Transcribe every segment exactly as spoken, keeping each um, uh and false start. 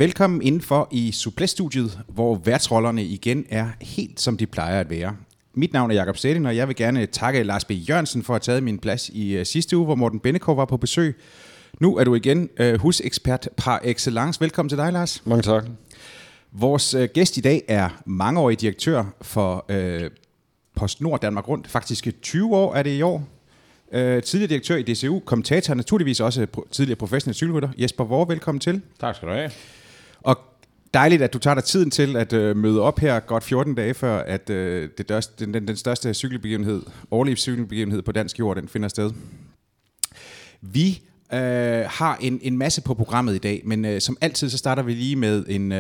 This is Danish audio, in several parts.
Velkommen indenfor i Suples-studiet, hvor værtsrollerne igen er helt som de plejer at være. Mit navn er Jakob Sætting, og jeg vil gerne takke Lars B. Jørgensen for at have taget min plads i uh, sidste uge, hvor Morten Bennekov var på besøg. Nu er du igen uh, husekspert par excellence. Velkommen til dig, Lars. Mange tak. Vores uh, gæst i dag er mangeårig direktør for uh, PostNord Danmark Rundt. Faktisk tyve år er det i år. Uh, tidligere direktør i D C U, kommentator, naturligvis også pro- tidligere professionel cykelrytter. Jesper Vore, velkommen til. Tak skal du have. Og dejligt, at du tager dig tiden til at uh, møde op her godt fjorten dage før, at uh, det dørste, den, den største cykelbegivenhed, årlige cykelbegivenhed på dansk jord, den finder sted. Vi uh, har en, en masse på programmet i dag, men uh, som altid, så starter vi lige med en, uh,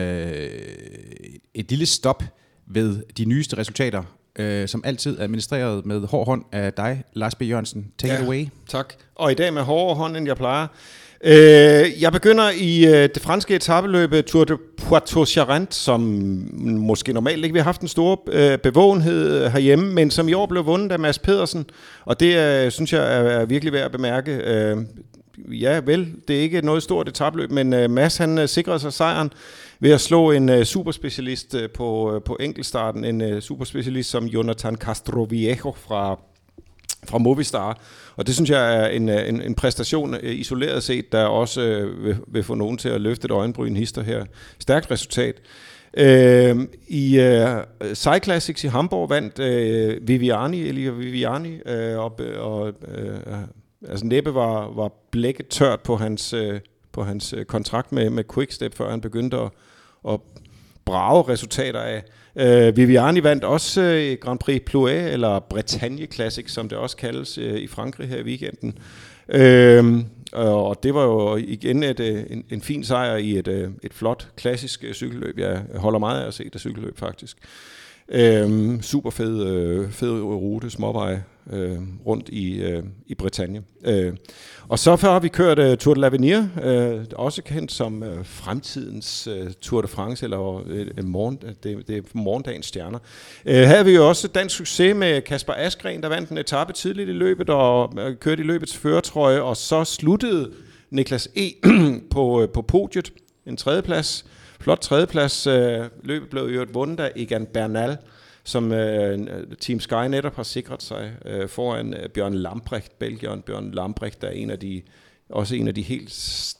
et lille stop ved de nyeste resultater, uh, som altid er administreret med hård hånd af dig, Lars B. Jørgensen. Take ja, it away. Tak. Og i dag med hårdere hånd, end jeg plejer. Øh, jeg begynder i øh, det franske etapeløb Tour de Poitou-Charentes, som måske normalt ikke vi har haft en stor øh, bevågenhed herhjemme, men som i år blev vundet af Mads Pedersen, og det øh, synes jeg er, er virkelig værd at bemærke. Øh, ja vel, det er ikke noget stort etapeløb, men øh, Mads han øh, sikrede sig sejren ved at slå en øh, superspecialist øh, på, øh, på enkeltstarten, en øh, superspecialist som Jonathan Castroviejo fra fra Movistar, og det synes jeg er en, en, en præstation isoleret set, der også øh, vil, vil få nogen til at løfte et øjenbryn hister her. Stærkt resultat. Øh, I øh, Cyclassics i Hamburg vandt øh, Viviani, Elia Viviani, øh, og, og øh, altså næppe var, var blækket tørt på hans, øh, på hans kontrakt med, med Quickstep, før han begyndte at, at brage resultater af. Uh, Viviani vandt også uh, Grand Prix Plouay, eller Bretagne Classic, som det også kaldes uh, i Frankrig her i weekenden. Uh, og det var jo igen et, en, en fin sejr i et, et flot klassisk cykelløb. Jeg holder meget af at se det cykelløb faktisk. Uh, super fed, uh, fed rute, småveje uh, rundt i, uh, i Bretagne. Uh, og så har vi kørt uh, Tour de l'Avenir, uh, også kendt som uh, fremtidens uh, Tour de France, eller uh, morgen, det, det er morgendagens stjerner. Uh, her har vi jo også dansk succes med Kasper Askren, der vandt en etape tidligt i løbet, og uh, kørte i løbets førertrøje, og så sluttede Niklas E. på, uh, på podiet, en tredjeplads. Flot tredjeplads. Uh, løbet blev jo vundet af Egan Bernal, som øh, Team Sky netop har sikret sig øh, foran øh, Bjørn Lambrecht, Belgieren Bjørn Lambrecht, der er en af de, også en af de helt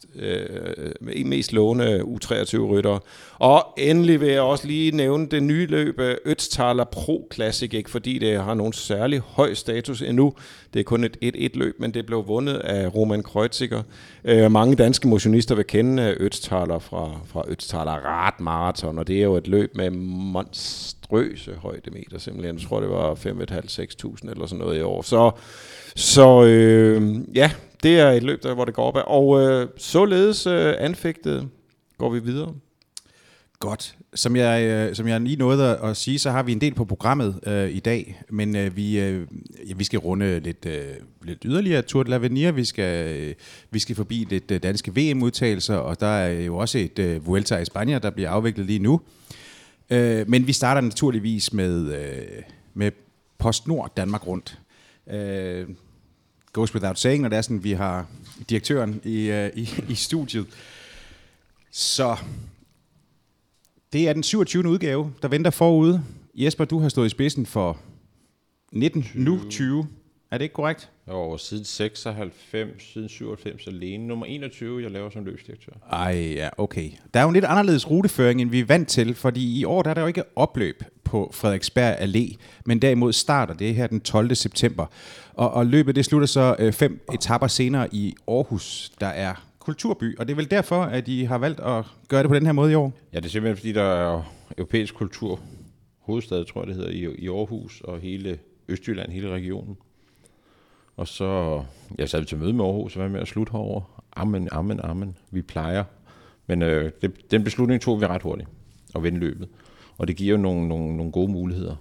øh, mest lovende U treogtyve-ryttere. Og endelig vil jeg også lige nævne det nye løb Ötztaler Pro Classic, ikke fordi det har nogen særlig høj status endnu. Det er kun et et-et løb, men det blev vundet af Roman Kreuziger. Øh, mange danske motionister vil kende Ötztaler fra, fra Ötztaler Radmarathon, og det er jo et løb med monstrøse højdemeter, simpelthen. Jeg tror, det var fem komma fem til seks tusind eller sådan noget i år. Så, så øh, ja, det er et løb, der, hvor det går opad. Og øh, således øh, anfægtet går vi videre. Godt. Som jeg, øh, som jeg lige nåede at, at sige, så har vi en del på programmet øh, i dag, men øh, vi, øh, ja, vi skal runde lidt, øh, lidt yderligere Tour de l'Avenir. Vi skal, øh, vi skal forbi lidt øh, danske V M-udtagelser, og der er jo også et øh, Vuelta a España, der bliver afviklet lige nu. Øh, men vi starter naturligvis med, øh, med PostNord Danmark Rundt. Øh, goes without saying, når det er sådan, vi har direktøren i, uh, i, i studiet. Så det er den syvogtyvende udgave, der venter forude. Jesper, du har stået i spidsen for nitten, tyve. Nu tyve. Er det ikke korrekt? Jo, siden seksoghalvfems, siden syvoghalvfems alene. Nummer enogtyve, jeg laver som løbsdirektør. Ej, ja, okay. Der er jo en lidt anderledes ruteføring, end vi er vant til, fordi i år der er der jo ikke opløb på Frederiksberg Allé, men derimod starter det her den tolvte september. Og, og løbet det slutter så øh, fem etaper senere i Aarhus, der er kulturby, og det er vel derfor, at I har valgt at gøre det på den her måde i år? Ja, det er simpelthen fordi, der er europæisk kultur hovedstad, tror jeg det hedder, i, i Aarhus og hele Østjylland, hele regionen. Og så, jeg sad til møde med Aarhus og var med at slutte herovre. Amen, amen, amen. Vi plejer. Men øh, det, den beslutning tog vi ret hurtigt at vende løbet. Og det giver jo nogle, nogle, nogle gode muligheder.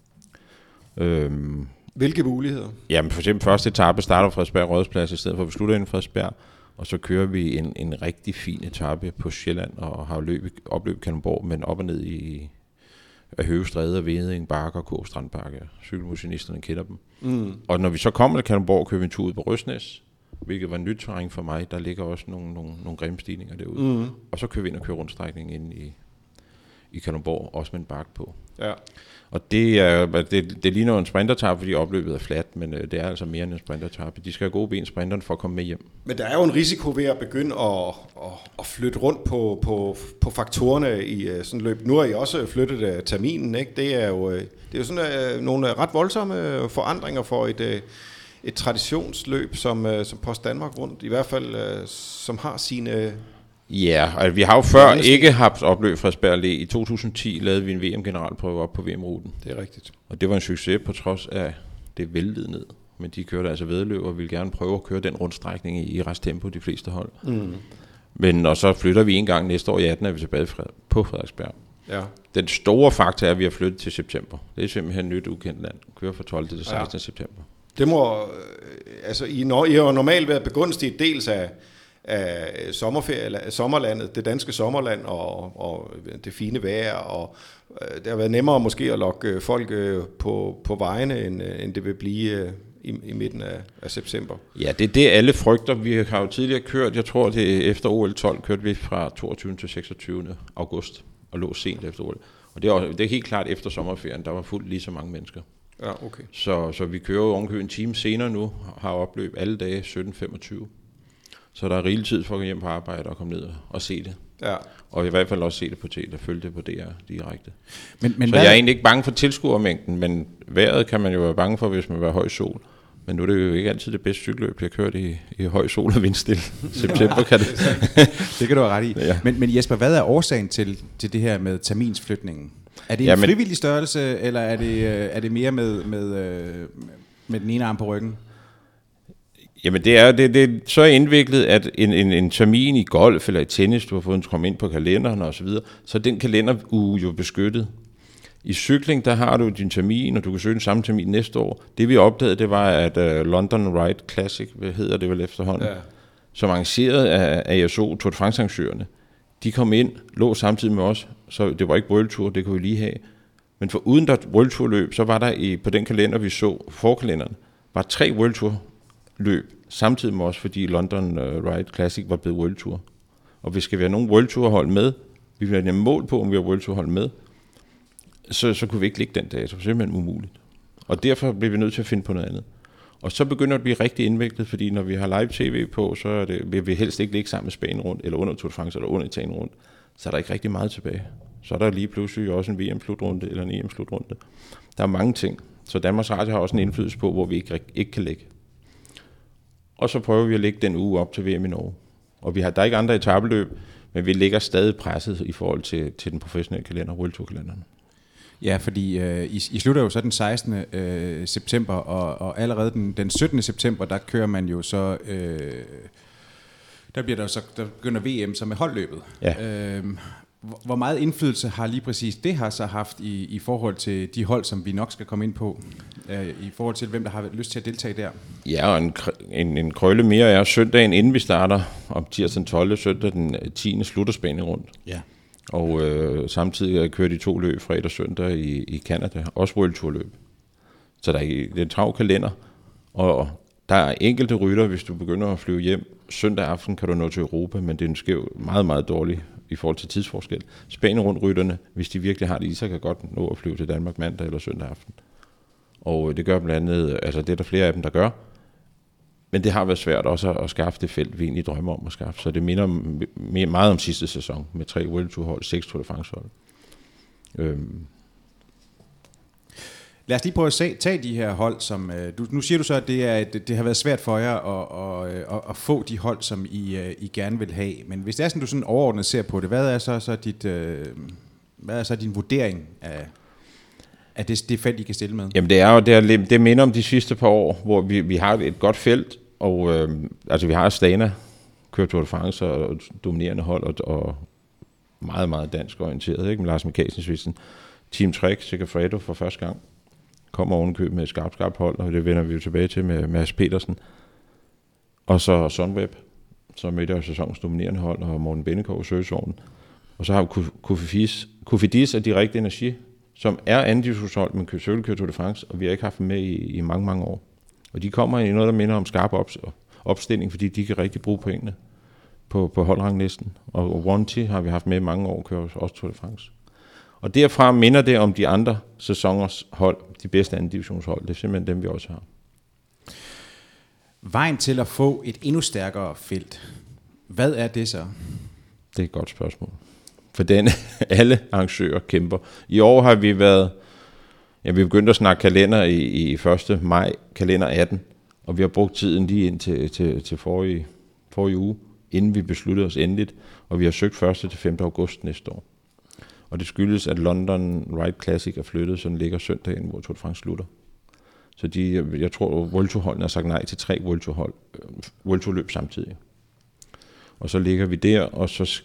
Øhm, Hvilke muligheder? Jamen for eksempel første etape starter fra Frederiksberg Rådhusplads i stedet for at vi slutter inden Frederiksberg. Og så kører vi en, en rigtig fin etape på Sjælland og har løbet, opløbet Kalundborg, men op og ned i Høvestræde, Veding, Bakker, Kåb, Strandbakke. Cykelmotionisterne kender dem. Mm. Og når vi så kommer til Kalundborg, kører vi en tur ud på Røsnæs. hvilket var nyt terræn for mig. Der ligger også nogle, nogle, nogle grimstigninger derude. Mm. Og så kører vi ind og kører rundstrækningen ind i, i Kalundborg, også med en bakke på. Ja. Og det, er, det, det ligner en sprintertappe, fordi opløbet er fladt, men det er altså mere end en sprintertappe. De skal have gode ben sprinteren for at komme med hjem. Men der er jo en risiko ved at begynde at, at, at flytte rundt på, på, på faktorerne i sådan et løb. Nu har I også flyttet terminen, ikke? Det er jo, det er jo sådan nogle ret voldsomme forandringer for et, et traditionsløb som, som Post Danmark rundt, i hvert fald som har sine... Ja, og vi har jo før ikke haft opløb Frederiksberg Allé. I to tusind og ti lavede vi en V M-generalprøve op på V M-ruten. Det er rigtigt. Og det var en succes på trods af det væltede ned. Men de kørte altså vedløb og ville gerne prøve at køre den rundstrækning i, i resttempo, de fleste hold. Mm. Men og så flytter vi en gang næste år i atten, er vi tilbage på Frederiksberg. Ja. Den store faktor er, at vi har flyttet til september. Det er simpelthen nyt ukendt land. Kører fra tolvte til sekstende Ja. september. Det må, altså I, når, I har normalt været begunstiget dels af af sommerferie, sommerlandet, det danske sommerland og, og det fine vejr, og øh, det har været nemmere måske at lokke folk øh, på, på vejene, end, end det vil blive øh, i, i midten af, af september. Ja, det er det alle frygter. Vi har jo tidligere kørt, jeg tror det efter O L tolv, kørte vi fra toogtyvende til seksogtyvende august, og lå sent efter O L. Og det er, det er helt klart efter sommerferien, der var fuldt lige så mange mennesker. Ja, okay. Så, så vi kører jo ovenkøbet en time senere nu, har opløb alle dage sytten femogtyve. Så der er rigelig tid for at gå hjem på arbejde og komme ned og se det. Ja. Og i hvert fald også se det på T V og følge det på D R direkte. Men, men så jeg er egentlig ikke bange for tilskuermængden, men vejret kan man jo være bange for, hvis man vil have høj sol. Men nu er det jo ikke altid det bedste cykelløb, jeg kørt i, i høj sol og vindstille. September kan det. Det kan du have ret i. Ja. Men, men Jesper, hvad er årsagen til, til det her med terminsflytningen? Er det en ja, men, frivillig størrelse, eller er det, er det mere med, med, med den ene arm på ryggen? Jamen det er, det, det er så indviklet, at en, en, en termin i golf eller i tennis, du har fået den komme ind på kalenderen og så videre, så den kalenderuge jo beskyttet. I cykling, der har du din termin, og du kan søge den samme termin næste år. Det vi opdagede, det var, at uh, London Ride Classic, hvad hedder det vel efterhånden, ja. Som arrangeret af A S O, Tour de France-arrangørerne, de kom ind, lå samtidig med os, så det var ikke World Tour, det kunne vi lige have. Men for uden der World Tour løb, så var der i, på den kalender, vi så, forkalenderen, var tre World Tour løb, samtidig med os, fordi London uh, Ride Classic var blevet World Tour. Og hvis skal vi have nogen World Tour hold med, vi vil have mål på, om vi har World Tour hold med, så, så kunne vi ikke ligge den dag, så det var simpelthen umuligt. Og derfor bliver vi nødt til at finde på noget andet. Og så begynder det at blive rigtig indviklet, fordi når vi har live tv på, så er det, vil vi helst ikke ligge sammen med Spanien rundt, eller under Tour de France, eller under Italien rundt. Så er der ikke rigtig meget tilbage. Så er der lige pludselig også en V M-slutrunde, eller en E M-slutrunde. Der er mange ting. Så Danmarks Radio har også en indflydelse på, hvor vi ikke, ikke kan ligge. Og så prøver vi at lægge den uge op til V M i Norge. Og vi har, der er ikke andre etabeløb, men vi ligger stadig presset i forhold til, til den professionelle kalender, World Tour-kalenderen. Ja, fordi øh, I, I slutter jo så den sekstende Øh, september, og, og allerede den, den syttende september, der kører man jo så, øh, der bliver der så, der begynder V M så med holdløbet. Ja. Øh, hvor meget indflydelse har lige præcis det har så haft i, i forhold til de hold, som vi nok skal komme ind på, øh, i forhold til hvem der har lyst til at deltage der? Ja, og en, en, en krølle mere er søndagen, inden vi starter, om tirsdag den tolvte søndag den tiende slutter Spanien rundt. Ja. Og øh, samtidig kører de to løb fredag og søndag i, i Canada, også World Tour løb. Så der er, det er en travl kalender, og der er enkelte rytter, hvis du begynder at flyve hjem. Søndag aften kan du nå til Europa, men det er en skæv meget, meget dårlig i forhold til tidsforskel. Spanien rundt rytterne, hvis de virkelig har det i, så kan godt nå at flyve til Danmark mandag eller søndag aften. Og det gør blandt andet, altså det er der flere af dem, der gør. Men det har været svært også at, at skaffe det felt, vi egentlig drømmer om at skaffe. Så det minder meget om sidste sæson, med tre World Tour hold, seks Tour de France hold. Øhm. Lad os lige prøve at se, tage de her hold, som du, nu siger du så, at det, er, det, det har været svært for jer at, at, at, at få de hold, som I, I gerne vil have. Men hvis det er sådan, du sådan overordnet ser på det, hvad er så, så, dit, hvad er så din vurdering af, af det, det felt, I kan stille med? Jamen det er jo, det, er, det minder om de sidste par år, hvor vi, vi har et godt felt, og øh, altså vi har Astana, kører Tour de France og dominerende hold, og, og meget, meget dansk orienteret, ikke? Med Lars Mikkelsen, Svisten. Team Trek, Segafredo for første gang, kommer ovenkøb med et skarpt, skarpt hold, og det vender vi jo tilbage til med Mads Petersen. Og så Sunweb, som er et sæsonens dominerende hold, og Morten Bennekov i Søgesovnen. Og så har vi Kofidis, Kofidis af Direkte Energi, som er andelshold, men kører Tour de France, og vi har ikke haft dem med i, i mange, mange år. Og de kommer i noget, der minder om skarp ops- opstilling, fordi de kan rigtig bruge pointene på, på holdranglisten. Og, og Wanty har vi haft med i mange år, kører også Tour de France. Og derfra minder det om de andre sæsoners hold, de bedste anden divisionshold. Det er simpelthen dem, vi også har. Vejen til at få et endnu stærkere felt, hvad er det så? Det er et godt spørgsmål. For den, alle arrangører kæmper. I år har vi været, ja, vi begyndte at snakke kalender i, i første maj, kalender atten, og vi har brugt tiden lige ind til, til, til forrige, forrige uge, inden vi besluttede os endeligt, og vi har søgt første til femte august næste år. Og det skyldes, at London Ride Classic er flyttet, så den ligger søndagen, hvor Tour de France slutter. Så de, jeg tror, at World Tour holdene har sagt nej til tre World Tour hold, World Tour løb samtidig. Og så ligger vi der, og så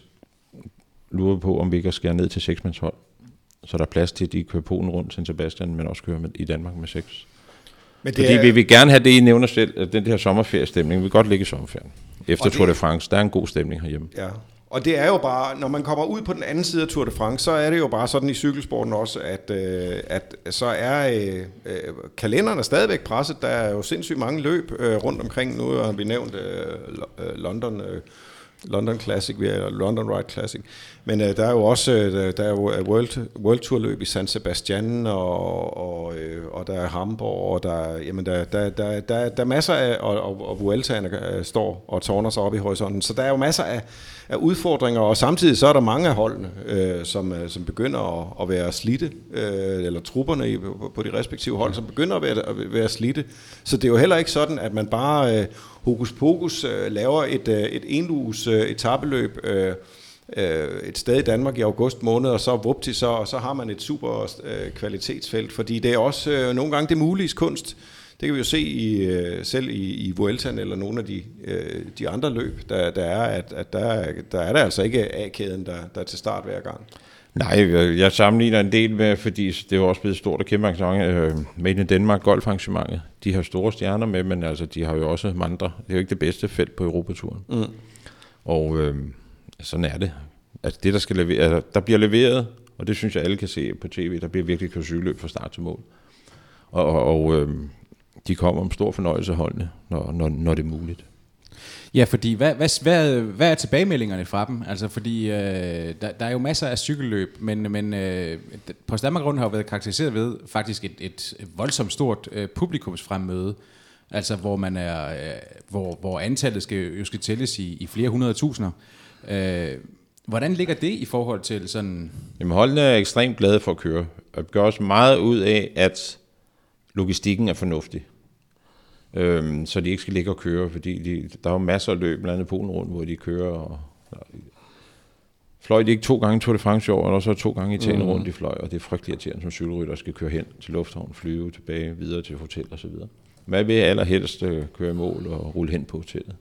lurer på, om vi ikke skære ned til seksmandshold. Så der er plads til, at de kører Polen rundt, San Sebastian, men også kører med, i Danmark med seks. Men det Fordi er... vi vil gerne have det, I nævner selv, at den her sommerferiestemning, vi vil godt ligge i sommerferien. Efter Tour de France, der er en god stemning herhjemme. Ja. Og det er jo bare, når man kommer ud på den anden side af Tour de France, så er det jo bare sådan i cykelsporten også, at, øh, at så er øh, kalenderen stadigvæk presset. Der er jo sindssygt mange løb øh, rundt omkring. Nu har vi nævnt øh, London, øh, London Classic, vi er London Ride Classic. Men øh, der er jo også øh, der er jo World, World Tour løb i San Sebastian, og, og, øh, og der er Hamburg, og der, jamen der, der, der, der, der er masser af, og, og, og Vueltaerne øh, står og tårner sig op i horisonten. Så der er jo masser af, af udfordringer, og samtidig så er der mange af holdene, øh, som, øh, som begynder at, at være slidte, øh, eller trupperne i, på, på de respektive hold, som begynder at være, at være slidte. Så det er jo heller ikke sådan, at man bare øh, hokus pokus øh, laver et, øh, et enluges øh, etapeløb, øh, et sted i Danmark i august måned, og så vupti, så, og så har man et super øh, kvalitetsfelt, fordi det er også øh, nogle gange det muliges kunst. Det kan vi jo se i, øh, selv i, i Vueltaen eller nogle af de, øh, de andre løb, der, der er, at, at der, der er der altså ikke A-kæden, der, der er til start hver gang. Nej, jeg sammenligner en del med, fordi det er jo også blevet stort og kæmpe arrangement, øh, Made in Denmark golfarrangementet. De har store stjerner med, men altså, de har jo også andre. Det er jo ikke det bedste felt på Europaturen. Mm. Og øh, sådan er det. Altså det, der skal levere, altså, der bliver leveret, og det synes jeg, alle kan se på tv, der bliver virkelig kørt cykelløb fra start til mål. Og, og, og øh, de kommer om stor fornøjelse holdene, når, når, når det er muligt. Ja, fordi hvad, hvad, hvad, hvad er tilbagemeldingerne fra dem? Altså fordi øh, der, der er jo masser af cykelløb, men, men øh, Post Danmark Rundt har jo været karakteriseret ved faktisk et, et voldsomt stort øh, publikumsfremmøde, altså hvor man er, øh, hvor, hvor antallet skal jo skal tælles i, i flere hundrede tusinder. Øh, hvordan ligger det i forhold til sådan? Jamen holdene er ekstremt glade for at køre, og gør også meget ud af, at logistikken er fornuftig. Øhm, så de ikke skal ligge og køre, fordi de, der er jo masser af løb, blandt andet Polen rundt, hvor de kører. Og, og, fløj de ikke to gange Tour de France i år, eller så to gange Italien mm. rundt de fløj, og det er frygtelig irriterende som cykelrytter, skal køre hen til lufthavnen, flyve tilbage, videre til hotel og så videre. Hvad vil jeg allerhelst øh, køre i mål og rulle hen på hotellet?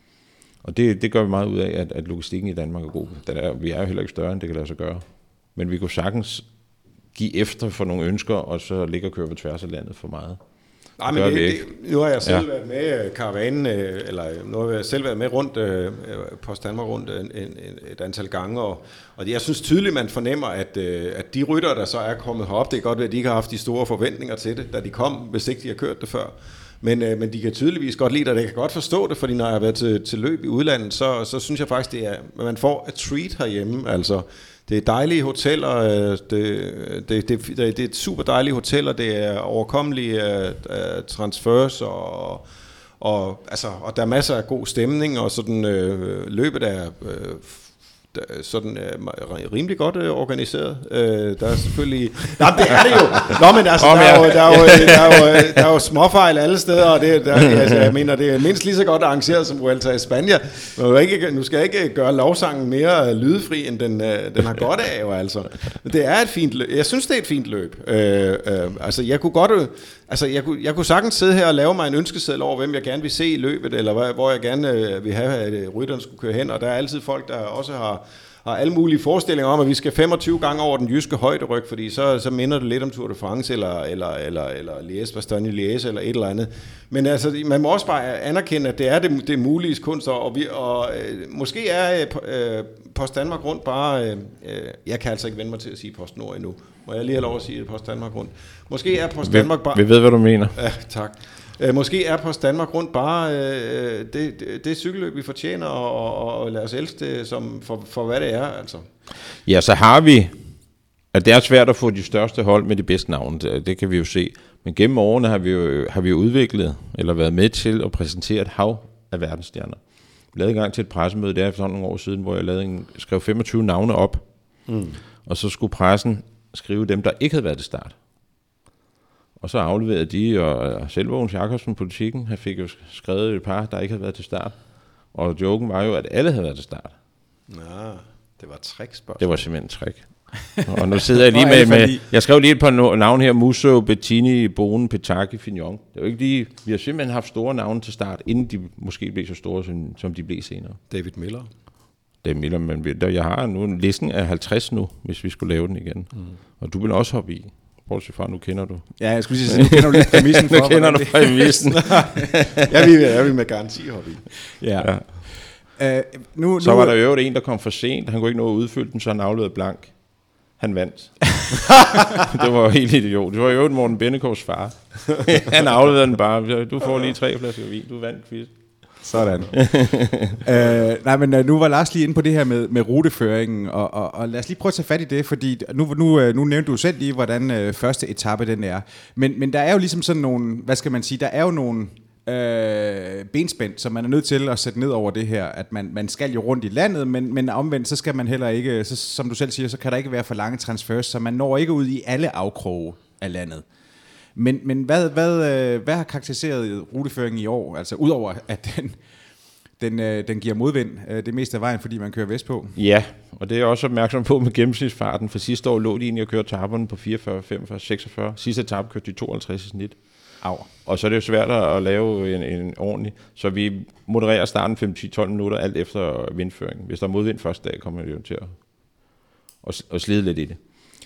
Og det, det gør vi meget ud af, at, at logistikken i Danmark er god. Den er, vi er jo heller ikke større, end det kan lade sig gøre. Men vi kunne sagtens give efter for nogle ønsker, og så ligge og køre på tværs af landet for meget. Nej, men det, det, nu har jeg selv ja. været med karavanen, eller nu har jeg selv været med rundt, Post Danmark rundt en, en, et antal gange, og, og jeg synes tydeligt, man fornemmer, at, at de ryttere, der så er kommet herop, det er godt, at de ikke har haft de store forventninger til det, da de kom, hvis ikke de har kørt det før. Men, men de kan tydeligvis godt lide det, og jeg kan godt forstå det, fordi når jeg har været til, til løb i udlandet, så, så synes jeg faktisk, det er, at man får et treat herhjemme, altså. Det er dejlige hoteller, det, det, det, det er et super dejlige hoteller, det er overkommelige uh, transfers, og, og, altså, og der er masser af god stemning, og sådan uh, løbet er uh, sådan uh, rimelig godt uh, organiseret. Uh, der er selvfølgelig... Nej, det er det jo! Nå, men altså, der er jo, der er jo, der er jo, der er jo småfejl alle steder, og det, der, altså, jeg mener, det er mindst lige så godt arrangeret som Vuelta i Spanien. Nu skal jeg ikke gøre lovsangen mere lydefri, end den, den har godt af, jo, altså. Det er et fint løb. Jeg synes, det er et fint løb. Uh, uh, altså, jeg kunne godt... Altså, jeg kunne, jeg kunne sagtens sidde her og lave mig en ønskeseddel over, hvem jeg gerne vil se i løbet, eller hvor jeg gerne øh, vil have, at rytteren skulle køre hen. Og der er altid folk, der også har, har alle mulige forestillinger om, at vi skal femogtyve gange over den jyske højderyg, fordi så, så minder det lidt om Tour de France, eller, eller, eller, eller Liège, Bastogne-Liège, eller et eller andet. Men altså, man må også bare anerkende, at det er det, det mulige kunst, og, vi, og øh, måske er øh, Post Danmark Rundt bare... Øh, jeg kan altså ikke vende mig til at sige Post Nord endnu. Må jeg lige have lov at sige Post Danmark Rundt? Måske er Post Danmark bare... Vi ved, hvad du mener. Ja, tak. Øh, måske er Post Danmark Rundt bare øh, det, det, det cykelløb, vi fortjener, og, og, og lad os elske det som for, for hvad det er. Altså. Ja, så har vi, at det er svært at få de største hold med de bedste navne, det, det kan vi jo se. Men gennem årene har vi jo, har vi jo udviklet, eller været med til at præsentere et hav af verdensstjerner. Jeg lavede engang til et pressemøde der for nogle år siden, hvor jeg lavede en, skrev femogtyve navne op, mm. og så skulle pressen skrive dem, der ikke havde været til start. Og så afleverede de, og selv Mogens Jakobsen, Politikken, han fik jo skrevet et par, der ikke havde været til start. Og joken var jo, at alle havde været til start. Nå, det var et trick-spørgsmål. Det var simpelthen en trick. Og nu sidder jeg lige med, med jeg skrev lige et par navne her, Musso, Bettini, Bonen, Petacchi, Fignon. Det er jo ikke lige, vi har simpelthen haft store navne til start, inden de måske blev så store, som, som de blev senere. David Miller. David Miller, men jeg har nu en listen af halvtreds nu, hvis vi skulle lave den igen. Mm. Og du vil også hoppe i. Bortset fra, nu kender du. Ja, jeg skulle sige, nu kender du lidt præmissen for. Nu kender du præmissen. Jeg vil, jeg vil med garanti hoppe i. Ja. ja. Uh, nu, så nu, var der jo en, der kom for sent. Han kunne ikke nå at udfylde den, så han afleverede blank. Han vandt. Det var helt idiot. Det var jo Morten Bennekovs far. Han afleverede den bare. Du får lige tre flasker vin. Du vandt quiz. Sådan. øh, nej, men nu var Lars lige inde på det her med, med ruteføringen, og, og, og lad os lige prøve at tage fat i det, fordi nu, nu, nu nævnte du selv lige, hvordan øh, første etape den er. Men, men der er jo ligesom sådan nogle, hvad skal man sige, der er jo nogle øh, benspænd, som man er nødt til at sætte ned over det her, at man, man skal jo rundt i landet, men, men omvendt, så skal man heller ikke, så, som du selv siger, så kan der ikke være for lange transfers, så man når ikke ud i alle afkroge af landet. Men, men hvad, hvad, hvad har karakteriseret ruteføringen i år? Altså udover at den, den, den giver modvind det meste af vejen, fordi man kører vestpå? Ja, og det er jeg også opmærksom på med gennemsnitsfarten, for sidste år lå de egentlig og kørte etaperne på fireogfyrre, femogfyrre, seksogfyrre. Sidste etape kørte de tooghalvtreds i snit. Au. Og så er det jo svært at lave en, en ordentlig. Så vi modererer starten fem til tolv minutter, alt efter vindføringen. Hvis der er modvind første dag, kommer det jo til at, at, at slide lidt i det.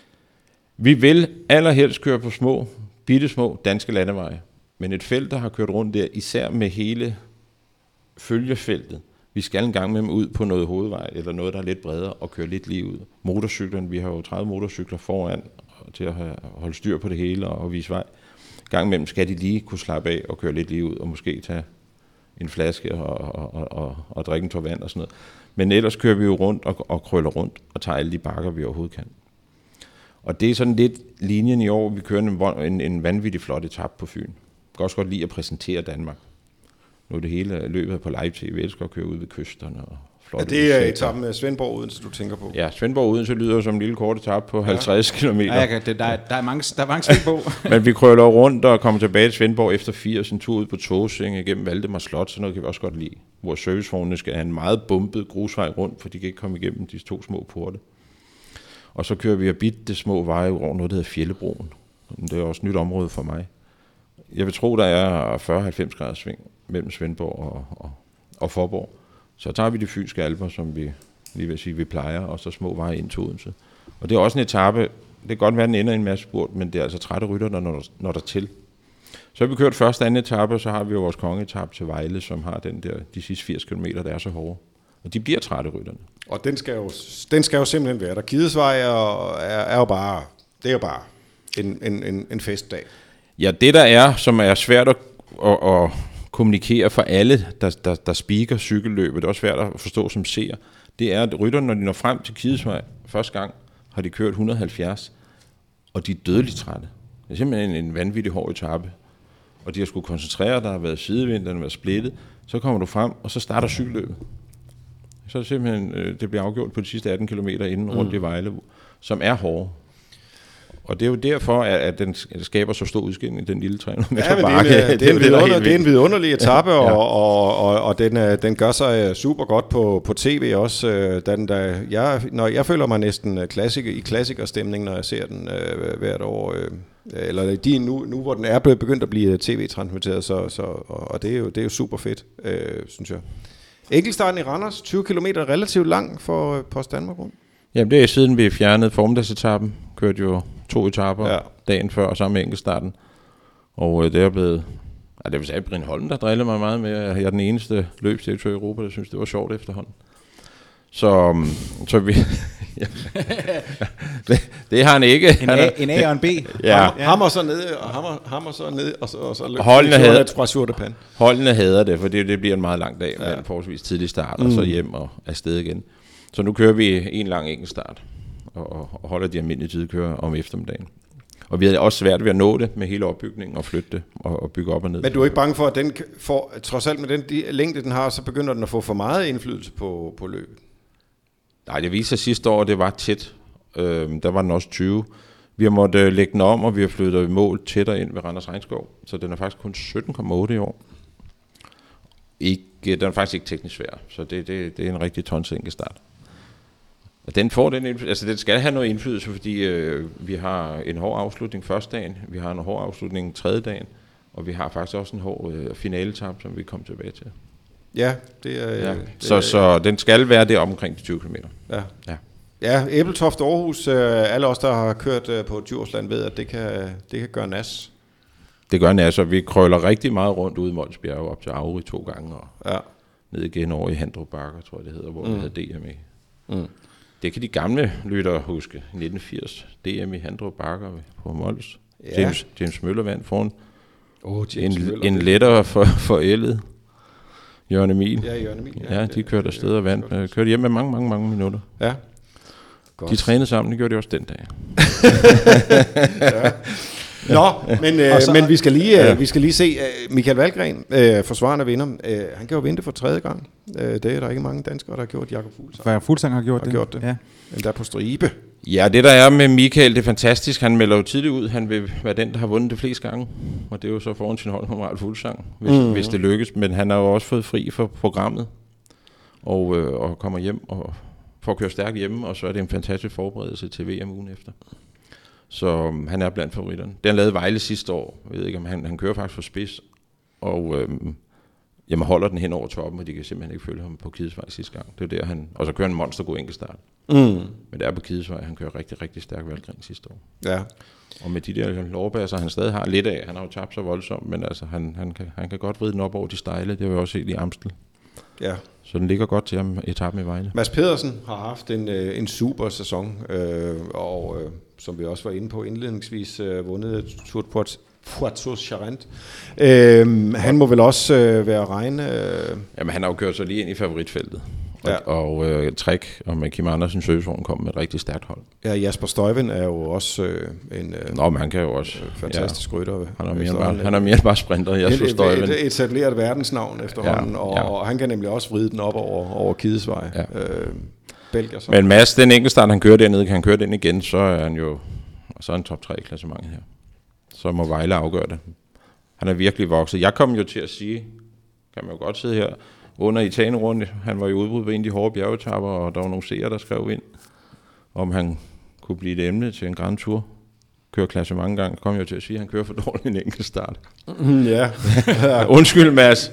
Vi vil allerhelst køre på små, bitte små danske landeveje. Men et felt, der har kørt rundt der, især med hele følgefeltet. Vi skal en gang med dem ud på noget hovedvej, eller noget, der er lidt bredere, og køre lidt lige ud. Motorcyklerne, vi har jo tredive motorcykler foran, til at holde styr på det hele og vise vej. Gang med dem skal de lige kunne slappe af og køre lidt lige ud, og måske tage en flaske og, og, og, og, og drikke en tår vand og sådan noget. Men ellers kører vi jo rundt og, og krøller rundt, og tager alle de bakker, vi overhovedet kan. Og det er sådan lidt linjen i år, vi kører en, en, en vanvittig flot etape på Fyn. Jeg kan også godt lide at præsentere Danmark. Nu er det hele løbet på live tv, vi elsker at køre ud ved kysterne. Og flotte ja, det er etappen med Svendborg Odense, du tænker på? Ja, Svendborg Odense lyder som en lille kort etape på halvtreds kilometer. Ja, kan, det, der, er, der er mange, der er mange Svendborg. Men vi krøller rundt og kommer tilbage til Svendborg efter firs, en tur ud på Tåsinge igennem Valdemar Slot, så noget kan vi også godt lide. Hvor servicevognene skal have en meget bumpet grusvej rundt, for de kan ikke komme igennem de to små porte. Og så kører vi af bitte små veje over noget, der hedder Fjellebroen. Det er også et nyt område for mig. Jeg vil tro, der er fyrre til halvfems graders sving mellem Svendborg og, og, og Forborg. Så tager vi de fynske alper, som vi lige vil sige, vi plejer, og så små veje ind til Odense. Og det er også en etape. Det kan godt være, at den ender i en masse spurt, men det er altså trætte rytter, der når, når der til. Så har vi kørt første og anden etape, og så har vi jo vores kongeetape til Vejle, som har den der, de sidste firs kilometer, der er så hårde. Og de bliver trætte rytterne. Og den skal jo, den skal jo simpelthen være der. Kidesvej er, er, er jo bare, det er jo bare en, en, en, en festdag. Ja, det der er, som er svært at, at, at kommunikere for alle, der, der, der speaker cykelløbet, det er også svært at forstå som seer, det er, at rytterne, når de når frem til Kidesvej første gang, har de kørt et hundrede og halvfjerds, og de er dødeligt trætte. Det er simpelthen en, en vanvittig hård etape. Og de har skulle koncentrere, der har været sidevind, der har været splittet, så kommer du frem, og så starter cykelløbet. Så er det simpelthen, det bliver afgjort på de sidste atten kilometer inden rundt mm. i Vejle, som er hårde. Og det er jo derfor, at den skaber så stor udskilning, den lille tre hundrede meter bakke. Det er en, det er en, vidunder, det er en vidunderlig etape, ja. og, og, og, og den, den gør sig super godt på, på tv også. Den, der, jeg, når jeg føler mig næsten klassiker, i klassikerstemning, når jeg ser den øh, hvert år. Øh, eller de, nu, nu hvor den er blevet begyndt at blive tv-transmitteret, så, så, og det er, jo, det er jo super fedt, øh, synes jeg. Enkeltstarten i Randers, tyve kilometer, relativt lang for Post Danmark Rundt. Jamen det er siden vi fjernede formiddagsetappen, kørte jo to etaper ja. dagen før sammen med enkeltstarten. Og øh, det er blevet, ja, det vil sige Brian Holm, der drillede mig meget med, jeg er den eneste løbsdirektør i Europa, der synes det var sjovt efterhånden. Så, så vi, det, det har han ikke. En A, en A og en B. Ja. Ham, ham og så nede, og ham og, ham og så nede, og så, og så holdene hader, fra Surtepan. Holdene hader det, for det, det bliver en meget lang dag med ja. en forholdsvis tidlig start, og så hjem og afsted igen. Så nu kører vi en lang enkelt start, og, og holder de almindelige tidkører om eftermiddagen. Og vi havde også svært ved at nå det med hele opbygningen og flytte det og, og bygge op og ned. Men du er ikke bange for, at den får, trods alt med den de, længde, den har, så begynder den at få for meget indflydelse på, på løbet? Nej, det viste sig sidste år, at det var tæt. Øhm, der var den også tyve. Vi har måttet lægge den om, og vi har flyttet mål tættere ind ved Randers Regnskov. Så den er faktisk kun sytten komma otte i år. Ikke, den er faktisk ikke teknisk svær, så det, det, det er en rigtig tonsenke start. Og den får den indflydelse, altså den skal have noget indflydelse, fordi øh, vi har en hård afslutning første dagen, vi har en hård afslutning tredje dagen, og vi har faktisk også en hård øh, finaletab, som vi kommer tilbage til. Ja, det er... Ja. Det så, er, så den skal være der omkring de tyve kilometer. Ja. Ja. Ja, Æbeltoft Aarhus, øh, alle os, der har kørt øh, på Djursland, ved, at det kan, det kan gøre nas. Det gør nas, og vi krøller rigtig meget rundt ude i Mols Bjerge op til Auri to gange, og ja. ned igen over i Handrup Bakker, tror jeg det hedder, hvor mm. vi havde D M i. Mm. Det kan de gamle lyttere huske. nitten firs, D M i Handrup Bakker på Mols. Ja. James, James Møller vandt foran oh, James en, Møller, en lettere for, for ældet. Jørgen Emil. Ja, Jørgen Emil. Ja, ja de kørte afsted og vandt. Uh, kørte hjem med mange, mange, mange minutter. Ja. Godt. De trænede sammen, det gjorde de også den dag. ja. Nå, men, øh, så, men vi, skal lige, ja. vi skal lige se uh, Michael Valgren, øh, forsvarende vinder. Øh, han kan jo vinde for tredje gang. Øh, det er der ikke mange danskere, der har gjort. Jakob Fuglsang. Jakob Fuglsang har gjort har det. Gjort det. Ja. Endda på stribe. Ja, det der er med Michael, det er fantastisk. Han melder jo tidligt ud. Han vil være den, der har vundet det fleste gange. Og det er jo så foran sin holdkammerat Fuglsang, hvis, mm. hvis det lykkes. Men han har jo også fået fri for programmet. Og, øh, og kommer hjem og får køre stærkt hjemme. Og så er det en fantastisk forberedelse til V M ugen efter. Så um, han er blandt favoritterne. Det han lavede Vejle sidste år. Jeg ved ikke, om han, han kører faktisk for spids. Og øhm, jamen, holder den hen over toppen, og de kan simpelthen ikke følge ham på Kidesvej sidste gang. Det er der, han, og så kører han en monstergod enkeltstart. Mm. Men det er på Kidesvej, han kører rigtig, rigtig stærk Valgren sidste år. Ja. Og med de der lårbasser, han stadig har lidt af. Han har jo tabt sig voldsomt, men altså, han, han, kan, han kan godt vride den op over de stejle. Det har vi også set i Amstel. Ja. Så den ligger godt til ham etappen i Vejle. Mads Pedersen har haft en, øh, en super sæson, øh, og øh, som vi også var inde på indledningsvis, øh, vundet Tour de Poitou-Charentes. Øh, han må vel også øh, være regne... Øh... Jamen, han har jo kørt sig lige ind i favoritfeltet. Og, ja. og øh, Træk og med Kim Andersen Søsvogn kom med et rigtig stærkt hold. Ja, Jasper Stuyven er jo også øh, en øh, Nå, men han kan jo også øh, fantastisk ja. rytter. Han er mere end bare, han er mere end bare sprinter, Jasper Stuyven. Et, et etableret verdensnavn efterhånden, ja, ja. Og, og han kan nemlig også vride den op over, over Kidesvej. Ja. Øh, Belgier, så. Men Mads, den enkeltstart, han kører dernede, kan han køre den igen, så er han jo så er en top tre i klassementet her. Så må Vejle afgøre det. Han er virkelig vokset. Jeg kom jo til at sige, kan man jo godt sidde her, under Italien-runde, han var jo udbrudt på en af de hårde bjergetapper, og der var nogle seere, der skrev ind, om han kunne blive et emne til en Grand Tour. Kører klasse mange gange, kom jeg jo til at sige, at han kører for dårligt en enkelt start. Mm, ja. Undskyld, Mads.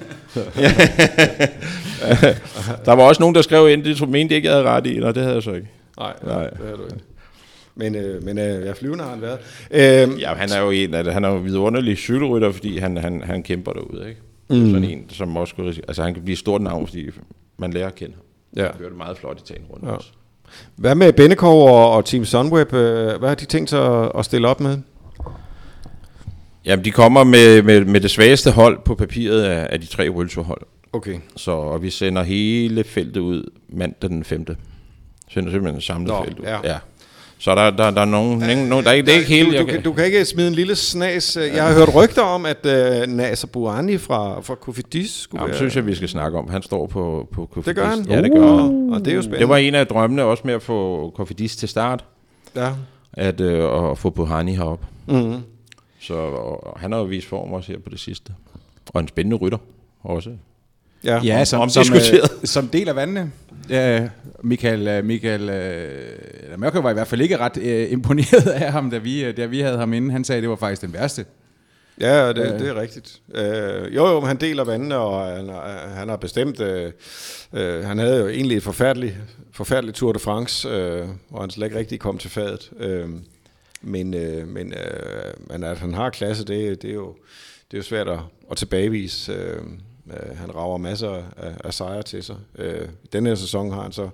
Der var også nogen, der skrev ind, det mente ikke, jeg havde ret i, og det havde jeg så ikke. Nej, Nej. det havde du ikke. Men, øh, men øh, ja, flyvende har han været. Øh, ja, han er jo en af det. Han er jo vidunderlig cykelrytter, fordi han, han, han kæmper derude, ikke? Mm. Sådan en, som også skulle, altså han kan blive et stort navn, fordi man lærer at kende ham. Ja. Han gør det meget flot i tagen rundt ja. også. Hvad med Bennekov og, og Team Sunweb? Hvad har de tænkt sig at, at stille op med? Jamen, de kommer med, med, med det svageste hold på papiret af, af de tre World Tour hold. Okay. Så og vi sender hele feltet ud mandag den femte. Sender simpelthen samlet Nå, felt ud. Ja. ja. Så der, der, der er nogen, ja, nogen der er ikke, det er ikke helt... Du, du, kan, du kan ikke smide en lille snas. Jeg har hørt rygter om, at uh, Nasser Bouhanni fra, fra Cofidis skulle Jamen, være... synes jeg, vi skal snakke om. Han står på, på Cofidis. Det gør han? Ja, det gør uh, han. Og det er jo spændende. Det var en af drømmene også med at få Cofidis til start. Ja. At, uh, at få Bouhanni herop. Mm-hmm. Så og han har jo vist form også her på det sidste. Og en spændende rytter også. Ja, ja som, som, øh, som del af vandene. Ja, Michael, Michael øh, Mørke var i hvert fald ikke ret øh, imponeret af ham, da vi, da vi havde ham inde. Han sagde, at det var faktisk den værste. Ja, det, øh. det er rigtigt. Øh, jo, jo, han deler vandene, og han, han har bestemt... Øh, øh, han havde jo egentlig et forfærdeligt, forfærdeligt Tour de France, øh, hvor han slet ikke rigtig kom til fadet. Øh, men øh, men, øh, men at han har klasse, det, det, er, jo, det er jo svært at, at tilbagevise... Øh, Uh, han rager masser af, af sejre til sig. Uh, denne her sæson har han så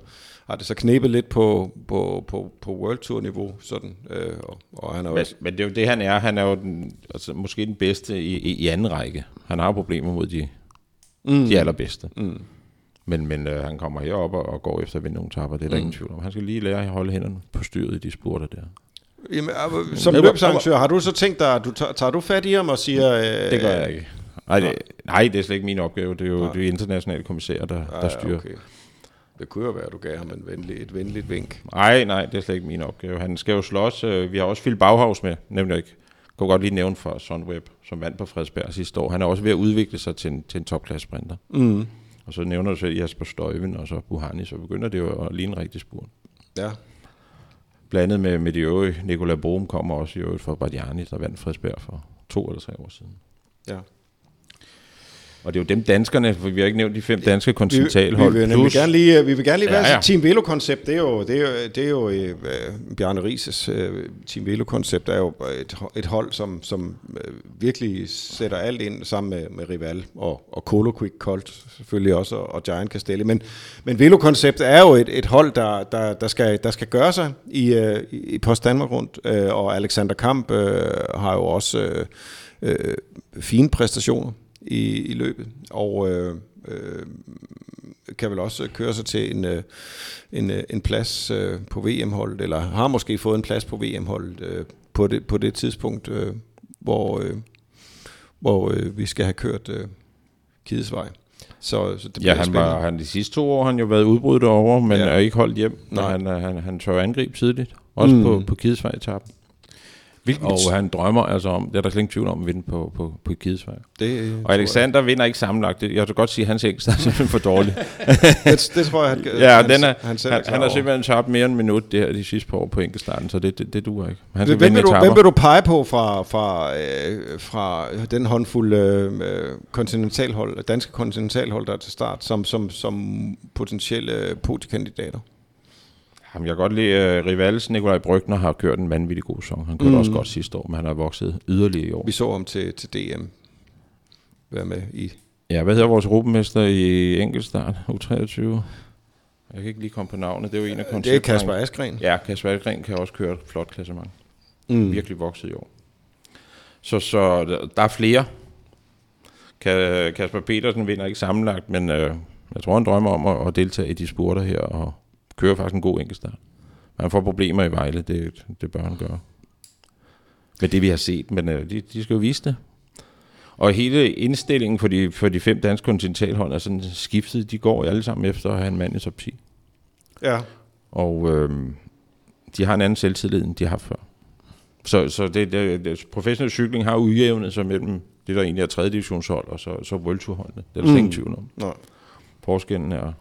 har det så knebet lidt på, på, på, på World Tour niveau, sådan, øh, og, og han er men, også... men det er jo det, han er. Han er jo den, altså, måske den bedste i, i, i anden række. Han har problemer mod de, mm. de allerbedste. Mm. Men, men øh, han kommer herop og, og går efter at vinde nogle tapper, det er der mm. ingen tvivl om. Han skal lige lære at holde hænderne på styret i de spurter der. Jamen, som løbsarrangør, har du så tænkt dig, du tager, tager du fat i ham og siger... Øh, det gør jeg ikke. Nej det, nej, det er slet ikke min opgave. Det er jo de internationale kommissærer, der, ja, der styrer. Okay. Det kunne jo være, at du gav ham en venlig, et venligt vink. Nej, nej, det er slet ikke min opgave. Han skal jo slås. Vi har også Phil Bauhaus med, nemlig ikke. Jeg kunne godt lige nævne for Sunweb, som vandt på Frederiksberg sidste år. Han er også ved at udvikle sig til en, til en topklasse sprinter. Mm. Og så nævner du så Jasper Stuyven og så Buhani, så begynder det jo at ligne en rigtig spurt. Ja. Blandet med, med de øvrige. Nicolai Bohm kommer også i øvrigt fra Bardiani, der vandt Frederiksberg for to eller tre år siden. Ja. Og det er jo dem danskerne, for vi har ikke nævnt de fem danske kontinentalhold. Vi, vi, vi, vil gerne lige, vi vil gerne lige ja, være ja. Team Velo-koncept. Det er jo, det er jo, det er jo øh, Bjarne Rises øh, Team Velo-koncept er jo et, et hold, som, som øh, virkelig sætter alt ind sammen med, med Rival og, og Colo Quick Colt selvfølgelig også, og, og Giant Castelli. Men, men Velo-koncept er jo et, et hold, der, der, der, skal, der skal gøre sig i, øh, i Post Danmark rundt, øh, og Alexander Kamp øh, har jo også øh, øh, fine præstationer i, i løbet, og øh, øh, kan vel også køre sig til en, øh, en, øh, en plads øh, på V M-holdet, eller har måske fået en plads på V M-holdet øh, på, det, på det tidspunkt, øh, hvor, øh, hvor øh, vi skal have kørt øh, Kidesvej. Så, så det ja, han var, han, de sidste to år har han jo været udbrudt over, men ja. er ikke holdt hjem, når han, han, han tør angribe tidligt, også mm. på, på Kidesvej-etappen. Hvilken og han drømmer altså om, det er der slet ingen tvivl om, at vinde på, på, på Kidesvej. Og Alexander jeg. vinder ikke sammenlagt. Jeg vil godt sige, at hans engelsk er simpelthen for dårlig. det, det tror jeg, han, ja, han, den er, han, han, han har simpelthen tabt mere end en minut det her, de sidste par år på enkeltstarten, så det, det, det duer ikke. Han hvem, vil du, hvem vil du pege på fra, fra, øh, fra den håndfuld øh, kontinentalhold, danske kontinentalhold, der er til start, som, som, som potentielle podiekandidater? Jamen, jeg kan godt lide uh, Rivals. Nikolaj Brygner har kørt en vanvittig god sæson. Han kørte mm. også godt sidste år, men han har vokset yderligere i år. Vi så ham til, til D M. Være med i... Ja, hvad hedder vores europamester i enkeltstart? U treogtyve. Jeg kan ikke lige komme på navnet. Det er jo en af koncepterne. Det er Kasper Askren. Ja, Kasper Askren kan også køre et flot klassement. Mm. Virkelig vokset i år. Så, så der er flere. Kasper Petersen vinder ikke sammenlagt, men øh, jeg tror, han drømmer om at, at deltage i de spurter her og kører faktisk en god enkeltstart. Han får problemer i Vejle, det, det bør han gøre. Med det vi har set, men øh, de, de skal jo vise det. Og hele indstillingen for de, for de fem danske kontinentalhold er sådan skiftet. De går alle sammen efter at have en mand i top ti. Ja. Og øh, de har en anden selvtillid, end de har før. Så, så det, det, det, professionel cykling har udjævnet sig mellem det, der egentlig er tredje divisionshold, og så, så World Tour holdene. Det er der slet ingen tvivl om. Nej. Forskellen er...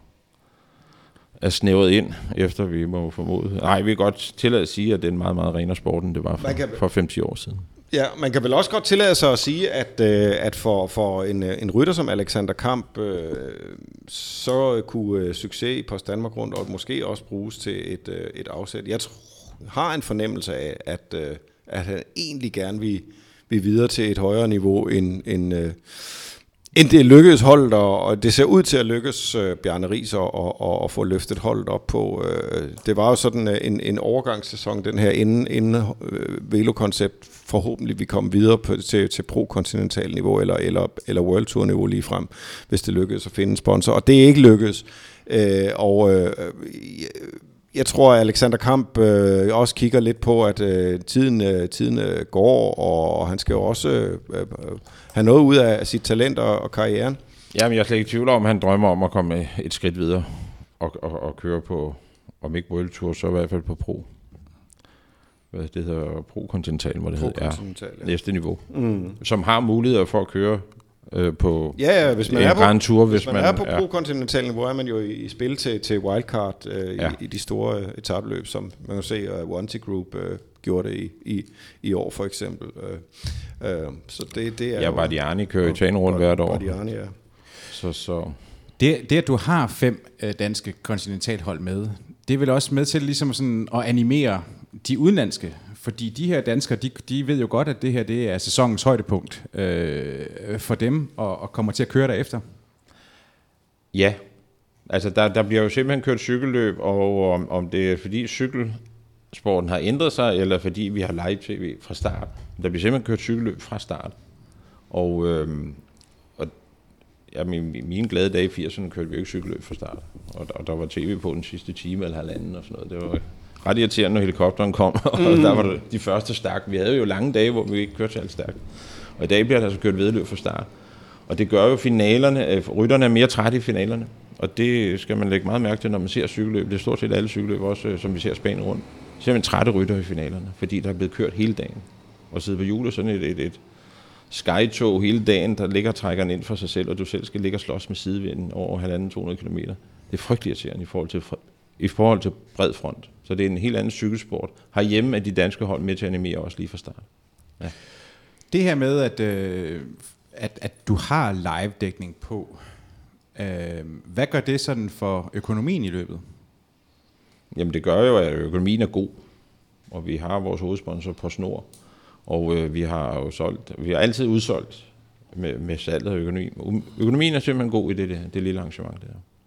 er snævret ind, efter vi må formode. Nej, vi kan godt tillade at sige, at det er en meget, meget renere sport, end det var for, for fem til ti år siden. Ja, man kan vel også godt tillade sig at sige, at, øh, at for, for en, en rytter som Alexander Kamp, øh, så kunne øh, succes i Post Danmark rundt, og måske også bruges til et, øh, et afsæt. Jeg tror, har en fornemmelse af, at, øh, at han egentlig gerne vil, vil videre til et højere niveau, end, end, øh, end det lykkedes holdet, og, og det ser ud til at lykkes øh, Bjarne Riis og, og, og få løftet holdet op på. Øh, det var jo sådan en, en overgangssæson, den her, inden, inden øh, Velo-koncept forhåbentlig vi kom videre på, til, til pro-kontinental niveau, eller, eller, eller World Tour niveau lige frem, hvis det lykkedes at finde en sponsor, og det er ikke lykkedes. Øh, og øh, jeg tror, at Alexander Kamp øh, også kigger lidt på, at øh, tiden, øh, tiden øh, går, og han skal jo også øh, øh, have noget ud af sit talent og, og karrieren. Jamen, jeg er slet ikke i tvivl om, at han drømmer om at komme et skridt videre og, og, og køre på, om ikke World Tour, så i hvert fald på Pro. Hvad det hedder? Pro-kontinental, hvor det hedder. Ja, ja. Næste niveau. Mm. Som har muligheder for at køre øh, på ja, ja, hvis man en er på, Grand Tour. Hvis, hvis man, man er på ja. pro-kontinental niveau, er man jo i, i spil til, til wildcard øh, ja. i, i de store etapløb, som man kan se, at uh, Wanty Group øh, gjorde det i, i, i år for eksempel. Øh, øh, så det, det er ja, Bardiani kører i Tjane rundt hvert år. Bardiani, ja. Så, så. Det, det, at du har fem øh, danske kontinentalhold med, det er vel også med til ligesom sådan at animere de udenlandske, fordi de her danskere, de, de ved jo godt, at det her det er sæsonens højdepunkt øh, for dem, og, og kommer til at køre derefter. Ja, Altså, der, der bliver jo simpelthen kørt cykelløb, og om, om det er fordi cykelsporten har ændret sig, eller fordi vi har live-tv fra start. Der bliver simpelthen kørt cykelløb fra start. Og, øhm, og ja, mine, mine glade dage i firserne kørte vi ikke cykelløb fra start. Og, og der var tv på den sidste time eller halvanden og sådan noget. Det var ret irriterende, når helikopteren kom, og mm. der var det de første stærk. Vi havde jo lange dage, hvor vi ikke kørte særlig stærkt. Og i dag bliver der altså kørt vedløb fra start. Og det gør jo finalerne, rytterne er mere trætte i finalerne. Og det skal man lægge meget mærke til, når man ser cykelløb. Det er stort set alle cykelløb, også som vi ser Spanien rundt. Så er man trætte rytter i finalerne, fordi der er blevet kørt hele dagen. Og sidde på hjulet sådan et, et, et skytog hele dagen, der ligger og trækker ind for sig selv, og du selv skal ligge og slås med sidevinden over halvanden to hundrede kilometer. Det er frygtelig irriterende i forhold til, i forhold til bred front. Så det er en helt anden cykelsport. Herhjemme er de danske hold med til at animere også lige fra start. Ja. Det her med, at, øh, at, at du har live-dækning på, øh, hvad gør det sådan for økonomien i løbet? Jamen det gør jo, at økonomien er god, og vi har vores hovedsponsor PostNord, og øh, vi har jo solgt, vi har altid udsolgt med, med salget af økonomi. Økonomien er simpelthen god i det, det, det lille arrangement der.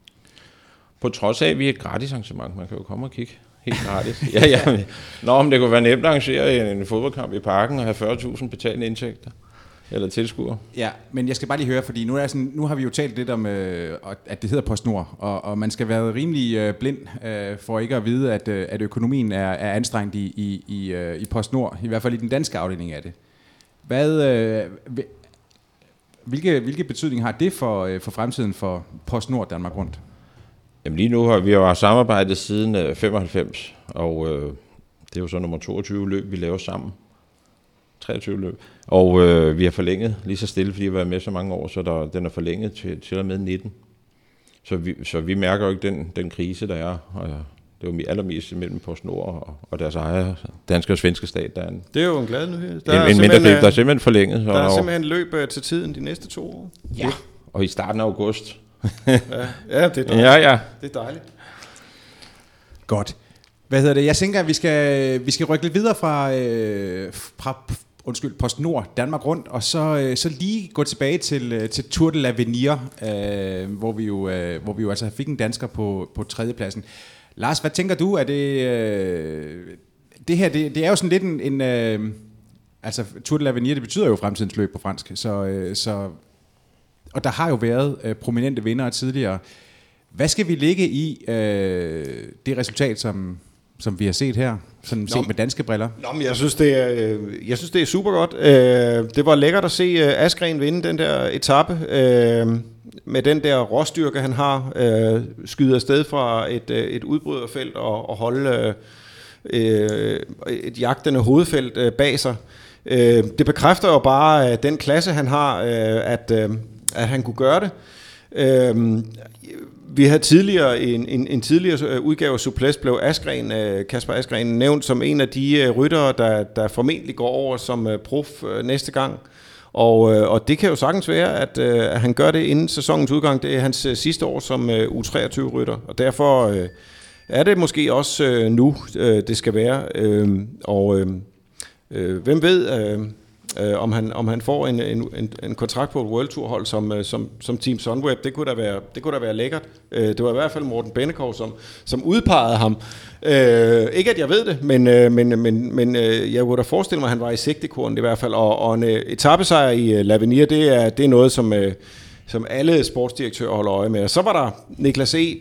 På trods af, at vi er et gratis arrangement, man kan jo komme og kigge helt gratis. ja, ja. Nå, men det kunne være nemt at arrangere en fodboldkamp i parken og have fyrre tusind betalende indtægter. Eller tilskuere. Ja, men jeg skal bare lige høre, fordi nu, er sådan, nu har vi jo talt lidt om, øh, at det hedder PostNord, og, og man skal være rimelig øh, blind øh, for ikke at vide, at, øh, at økonomien er, er anstrengt i, i, i, øh, i PostNord, i hvert fald i den danske afdeling af det. Hvad, øh, hvilke, hvilke betydning har det for, øh, for fremtiden for PostNord Danmark Rundt? Jamen lige nu har vi jo samarbejdet siden øh, femoghalvfems, og øh, det er jo så nummer toogtyve løb, vi laver sammen. treogtyve løb. Og øh, vi har forlænget lige så stille, fordi vi har været med så mange år, så der, den er forlænget til, til og med nitten. Så vi, så vi mærker jo ikke den, den krise, der er. Og det er jo allermest mellem PostNord og, og deres ejer, danske og svenske stat. Der er en, det er jo en glad nyhed. Der, en, er, en mindre klip, der er simpelthen forlænget. Der er simpelthen løb til tiden de næste to år. Ja. Og i starten af august. ja, ja, det er dejligt. Ja, ja. Det er dejligt. Godt. Hvad hedder det? Jeg tænker, at vi skal, vi skal rykke lidt videre fra, øh, fra undskyld, PostNord Danmark Rundt, og så, øh, så lige gå tilbage til, til Tour de l'Avenir, øh, hvor, vi jo, øh, hvor vi jo altså fik en dansker på, på tredjepladsen. Lars, hvad tænker du? Er det, øh, det her, det, det er jo sådan lidt en, en øh, altså Tour de l'Avenir, det betyder jo fremtidens løb på fransk, så, øh, så og der har jo været øh, prominente vindere tidligere. Hvad skal vi lægge i øh, det resultat, som, som vi har set her, sådan set med danske briller? Nå, men jeg synes, det er, jeg synes, det er super godt. Øh, det var lækkert at se øh, Askren vinde den der etape, øh, med den der råstyrke, han har, øh, skyder afsted fra et, et udbryderfelt og, og holde øh, et jagtende hovedfelt øh, bag sig. Øh, det bekræfter jo bare øh, den klasse, han har, øh, at, øh, at han kunne gøre det. Øh, Vi havde tidligere, en, en, en tidligere udgave af Souplesse, blev Askren, Kasper Askren nævnt som en af de ryttere, der, der formentlig går over som prof næste gang. Og, og det kan jo sagtens være, at, at han gør det inden sæsonens udgang. Det er hans sidste år som U treogtyve-rytter, og derfor er det måske også nu, det skal være. Og hvem ved... Uh, om, han, om han får en, en, en kontrakt på et World Tour hold som, som, som Team Sunweb, det kunne da være, det kunne da være lækkert. Uh, det var i hvert fald Morten Bennekov, som, som udpegede ham. Uh, ikke at jeg ved det, men, uh, men, men, men uh, jeg kunne da forestille mig, at han var i sigtekorn i hvert fald. Og, og en uh, etapesejr i uh, l'Avenir, det er, det er noget, som, uh, som alle sportsdirektører holder øje med. Og så var der Niklas E.,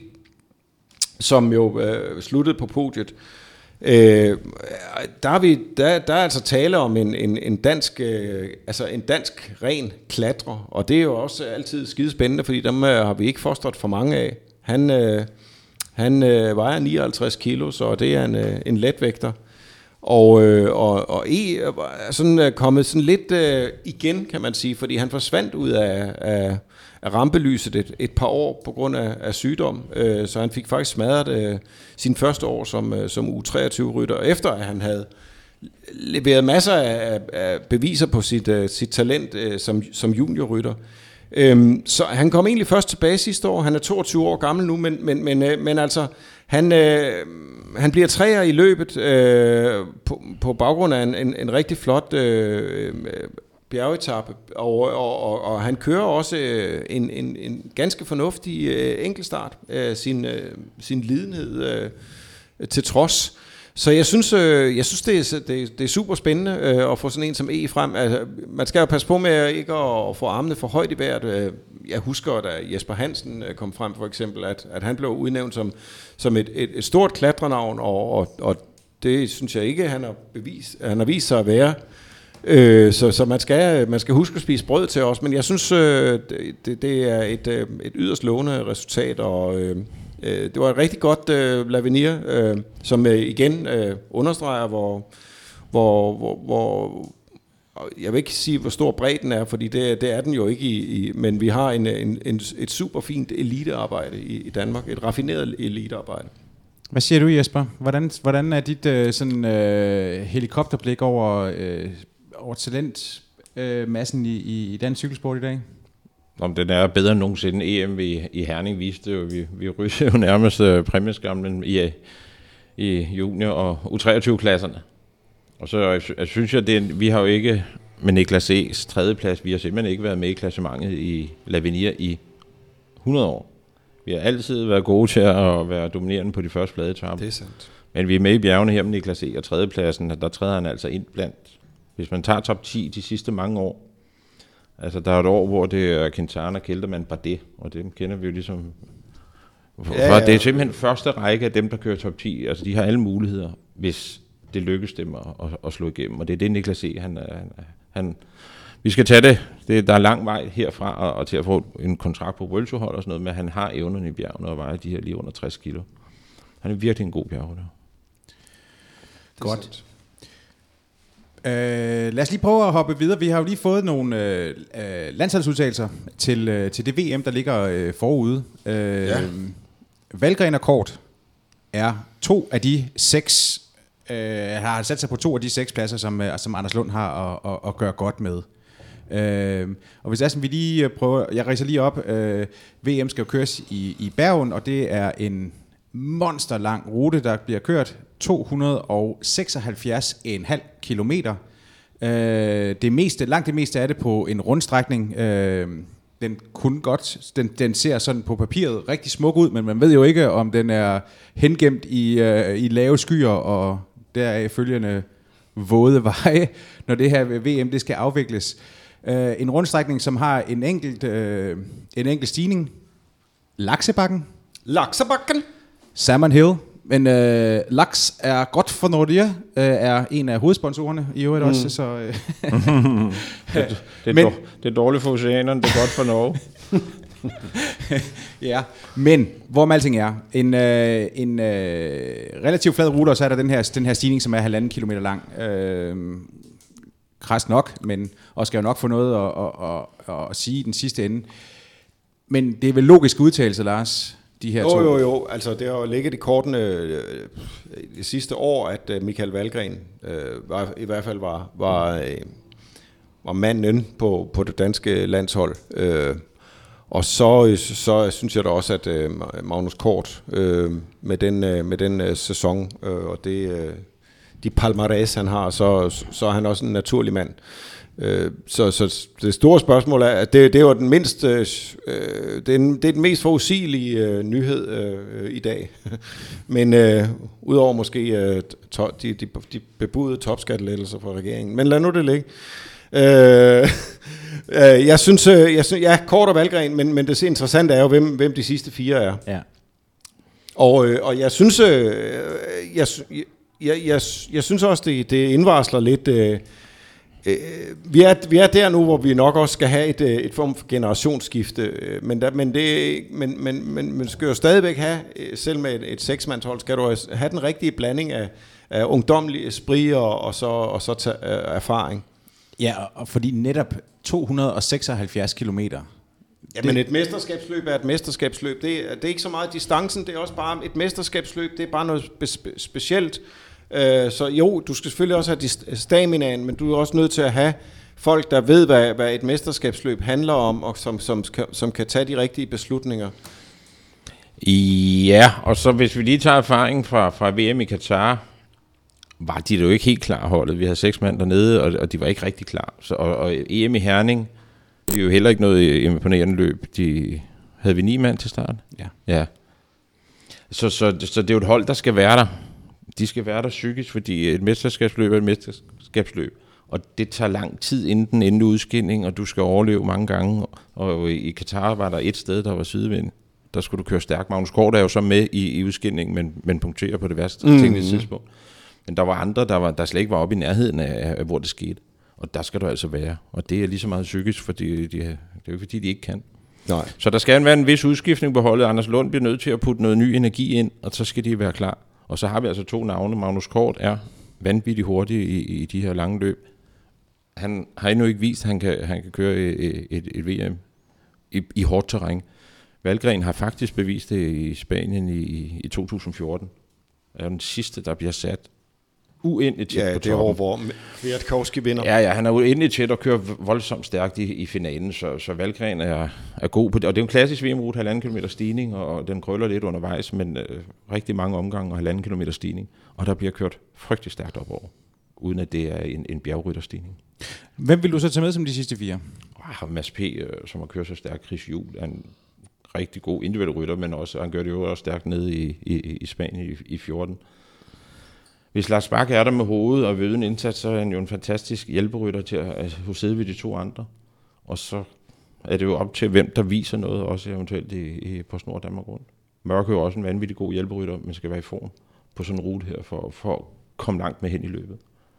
som jo uh, sluttede på podiet. Øh, der, er vi, der, der er altså tale om en, en, en dansk øh, altså en dansk ren klatrer, og det er jo også altid skidespændende, fordi dem øh, har vi ikke fostret for mange af. Han, øh, han øh, vejer nioghalvtreds kilo, så det er en, øh, en letvægter. Og, øh, og, og E er sådan øh, kommet sådan lidt øh, igen, kan man sige, fordi han forsvandt ud af, af, af rampelyset et, et par år på grund af, af sygdom. Øh, så han fik faktisk smadret øh, sin første år som, øh, som U treogtyve-rytter, efter at han havde leveret masser af, af beviser på sit, øh, sit talent øh, som, som juniorrytter. Øhm, så han kom egentlig først tilbage sidste år. Han er toogtyve år gammel nu, men, men, men, øh, men altså, han, øh, han bliver treer i løbet øh, på, på baggrund af en, en, en rigtig flot øh, bjergetappe, og, og, og, og han kører også øh, en, en, en ganske fornuftig øh, enkeltstart, øh, sin, øh, sin lidenhed øh, til trods. Så jeg synes, øh, jeg synes det, er, det, det er super spændende øh, at få sådan en som E frem. Altså, man skal jo passe på med ikke at, at få armene for højt i vejret. Jeg husker, da Jesper Hansen kom frem for eksempel, at, at han blev udnævnt som, som et, et, et stort klatrenavn, og, og, og det synes jeg ikke, han har, bevis, han har vist sig at være. Øh, så så man, skal, man skal huske at spise brød til os, men jeg synes, øh, det, det er et, øh, et yderst lovende resultat, og øh, det var et rigtig godt øh, L'Avenir, øh, som øh, igen øh, understreger, hvor, hvor, hvor, hvor, jeg vil ikke sige, hvor stor bredden er, fordi det, det er den jo ikke, i, i, men vi har en, en, en, et super fint elitearbejde i, i Danmark, et raffineret elitearbejde. Hvad siger du, Jesper? Hvordan, hvordan er dit øh, sådan, øh, helikopterblik over, øh, over talentmassen øh, i, i dansk cykelsport i dag? Om den er bedre end nogensinde. E M i, i Herning viste jo, vi, vi ryger jo nærmest uh, præmieskamlen i, i junior- og U treogtyve-klasserne. Og så jeg, jeg synes jeg, det, vi har jo ikke med Niklas E's tredjeplads, vi har simpelthen ikke været med i klassementet i L'Avenir i hundrede år. Vi har altid været gode til at være dominerende på de første fladetaper. Det er sandt. Men vi er med i bjergene her med Niklas E, og tredjepladsen, der træder han altså ind blandt. Hvis man tager top ti de sidste mange år, altså, der er et år, hvor det er Quintana, Kelterman, Bardet, og dem kender vi jo ligesom. For, ja, ja. Det er simpelthen første række af dem, der kører top ti. Altså, de har alle muligheder, hvis det lykkes dem at, at, at slå igennem. Og det er det, Niklas E. Han, han, han, vi skal tage det. det. Der er lang vej herfra, og, og til at få en kontrakt på World Tour hold og sådan noget, men han har evnerne i bjergene og vejer de her lige under tres kilo. Han er virkelig en god bjergrytter. Godt. Uh, lad os lige prøve at hoppe videre. Vi har jo lige fået nogle uh, uh, landsholdsudtagelser til, uh, til det V M, der ligger uh, forude. Uh, ja. Valgren og Kort er to af de seks, uh, har sat sig på to af de seks pladser, som, uh, som Anders Lund har at, at, at gøre godt med. Uh, og hvis det er sådan, vi lige prøver, jeg ridser lige op, uh, V M skal jo køres i, i Bergen, og det er en monsterlang rute, der bliver kørt. to hundrede seksoghalvfjerds komma fem kilometer. Øh, det meste, langt det meste er det på en rundstrækning. Øh, den kunne godt, den, den ser sådan på papiret rigtig smuk ud, men man ved jo ikke, om den er hengemt i, øh, i lave skyer og deraf følgende våde veje, når det her V M det skal afvikles. Øh, en rundstrækning, som har en enkelt, øh, en enkelt stigning. Laksebakken. Laksebakken. Salmon Hill. Men øh, laks er godt for Nordea, øh, er en af hovedsponsorerne i øvrigt mm. også. Så, øh. det, det, er men, det er dårligt for oceanerne, det er godt for Norge. Ja, men hvor med alting er, en, øh, en øh, relativt flad rute, og så er der den her, den her stigning, som er halvanden kilometer lang. Øh, krast nok, men og skal jo nok få noget at, at, at, at sige i den sidste ende. Men det er vel logisk udtalelse, Lars? De her jo, to. jo, jo. Altså, det har jo ligget i kortene øh, det sidste år, at øh, Michael Valgren øh, var, i hvert fald var, var, øh, var manden på, på det danske landshold. Øh, og så, så synes jeg da også, at øh, Magnus Kort øh, med den, øh, med den øh, sæson øh, og det, øh, de palmarès, han har, så, så er han også en naturlig mand. Så, så det store spørgsmål er, at det, det er jo den mindst, øh, det, er den, det er den mest forudsigelige øh, nyhed øh, i dag. Men øh, udover måske øh, to, de, de, de bebudede topskattelettelser fra regeringen. Men lad nu det ligge. Øh, øh, jeg synes, øh, jeg synes, ja, Kort og Valgren, men, men det interessante er jo, hvem, hvem de sidste fire er. Ja. Og, øh, og jeg synes, øh, jeg, jeg, jeg, jeg, jeg synes også, det, det indvarsler lidt... Øh, Vi er, vi er der nu, hvor vi nok også skal have et, et form for generationsskifte, men, der, men, det, men, men, men man skal jo stadigvæk have, selv med et, et seksmandshold, skal du have den rigtige blanding af, af ungdomlig esprit og, og så, og så tage, uh, erfaring. Ja, og fordi netop to hundrede seksoghalvfjerds kilometer. Ja, men et mesterskabsløb er et mesterskabsløb. Det er, det er ikke så meget distancen, det er også bare et mesterskabsløb, det er bare noget spe- specielt. Så jo, du skal selvfølgelig også have staminaen, men du er også nødt til at have folk, der ved, hvad, hvad et mesterskabsløb handler om, og som, som, som kan tage de rigtige beslutninger. Ja, og så hvis vi lige tager erfaring fra, fra V M i Katar, var de jo ikke helt klar holdet. Vi havde seks mand dernede, og, og de var ikke rigtig klar. Så, og, og E M i Herning, det er jo heller ikke noget imponerende løb. De havde vi ni mand til start. Ja. Ja. Så, så, så det er jo et hold, der skal være der. De skal være der psykisk, fordi et mesterskabsløb er et mesterskabsløb. Og det tager lang tid inden den endte udskinning, og du skal overleve mange gange. Og i Katar var der et sted, der var sidevind. Der skulle du køre stærkt. Magnus Kort er jo så med i, i udskinningen, men, men punkterer på det værste mm-hmm. ting i tidspunkt. Men der var andre, der, var, der slet ikke var oppe i nærheden af, af, hvor det skete. Og der skal du altså være. Og det er lige så meget psykisk, fordi de, det er jo ikke fordi, de ikke kan. Nej. Så der skal være en vis udskiftning på holdet. Anders Lund bliver nødt til at putte noget ny energi ind, og så skal de være klar. Og så har vi altså to navne. Magnus Kort er vanvittigt hurtig i, i de her lange løb. Han har endnu ikke vist, at han kan, han kan køre et, et, et V M i, i hårdt terræn. Valgren har faktisk bevist det i Spanien i, i to tusind fjorten. Det er den sidste, der bliver sat uendeligt tæt ja, på det er toppen. over, hvor Kwiatkowski vinder. Ja, ja, han er uendeligt tæt og kører voldsomt stærkt i, i finalen, så, så Valgren er, er god på det. Og det er en klassisk V M-rute, halvanden kilometer stigning, og den krøller lidt undervejs, men øh, rigtig mange omgange og halvanden kilometer stigning. Og der bliver kørt frygtelig stærkt op over, uden at det er en, en bjergrytterstigning. Hvem vil du så tage med som de sidste fire? Oh, Mads P., øh, som har kørt så stærkt, Chris Juhl, er en rigtig god individuel rytter, men også, han gør det jo også stærkt nede i, i, i Spanien i, i fjorten. Hvis Lars Bak er der med hovedet og ved en indsats, så er han jo en fantastisk hjælperytter til at, at sidde ved de to andre. Og så er det jo op til, hvem der viser noget, også eventuelt i, i på Snor Danmark rundt. Mørke er jo også en vanvittig god hjælperytter, men skal være i form på sådan en rute her, for, for at komme langt med hen i løbet.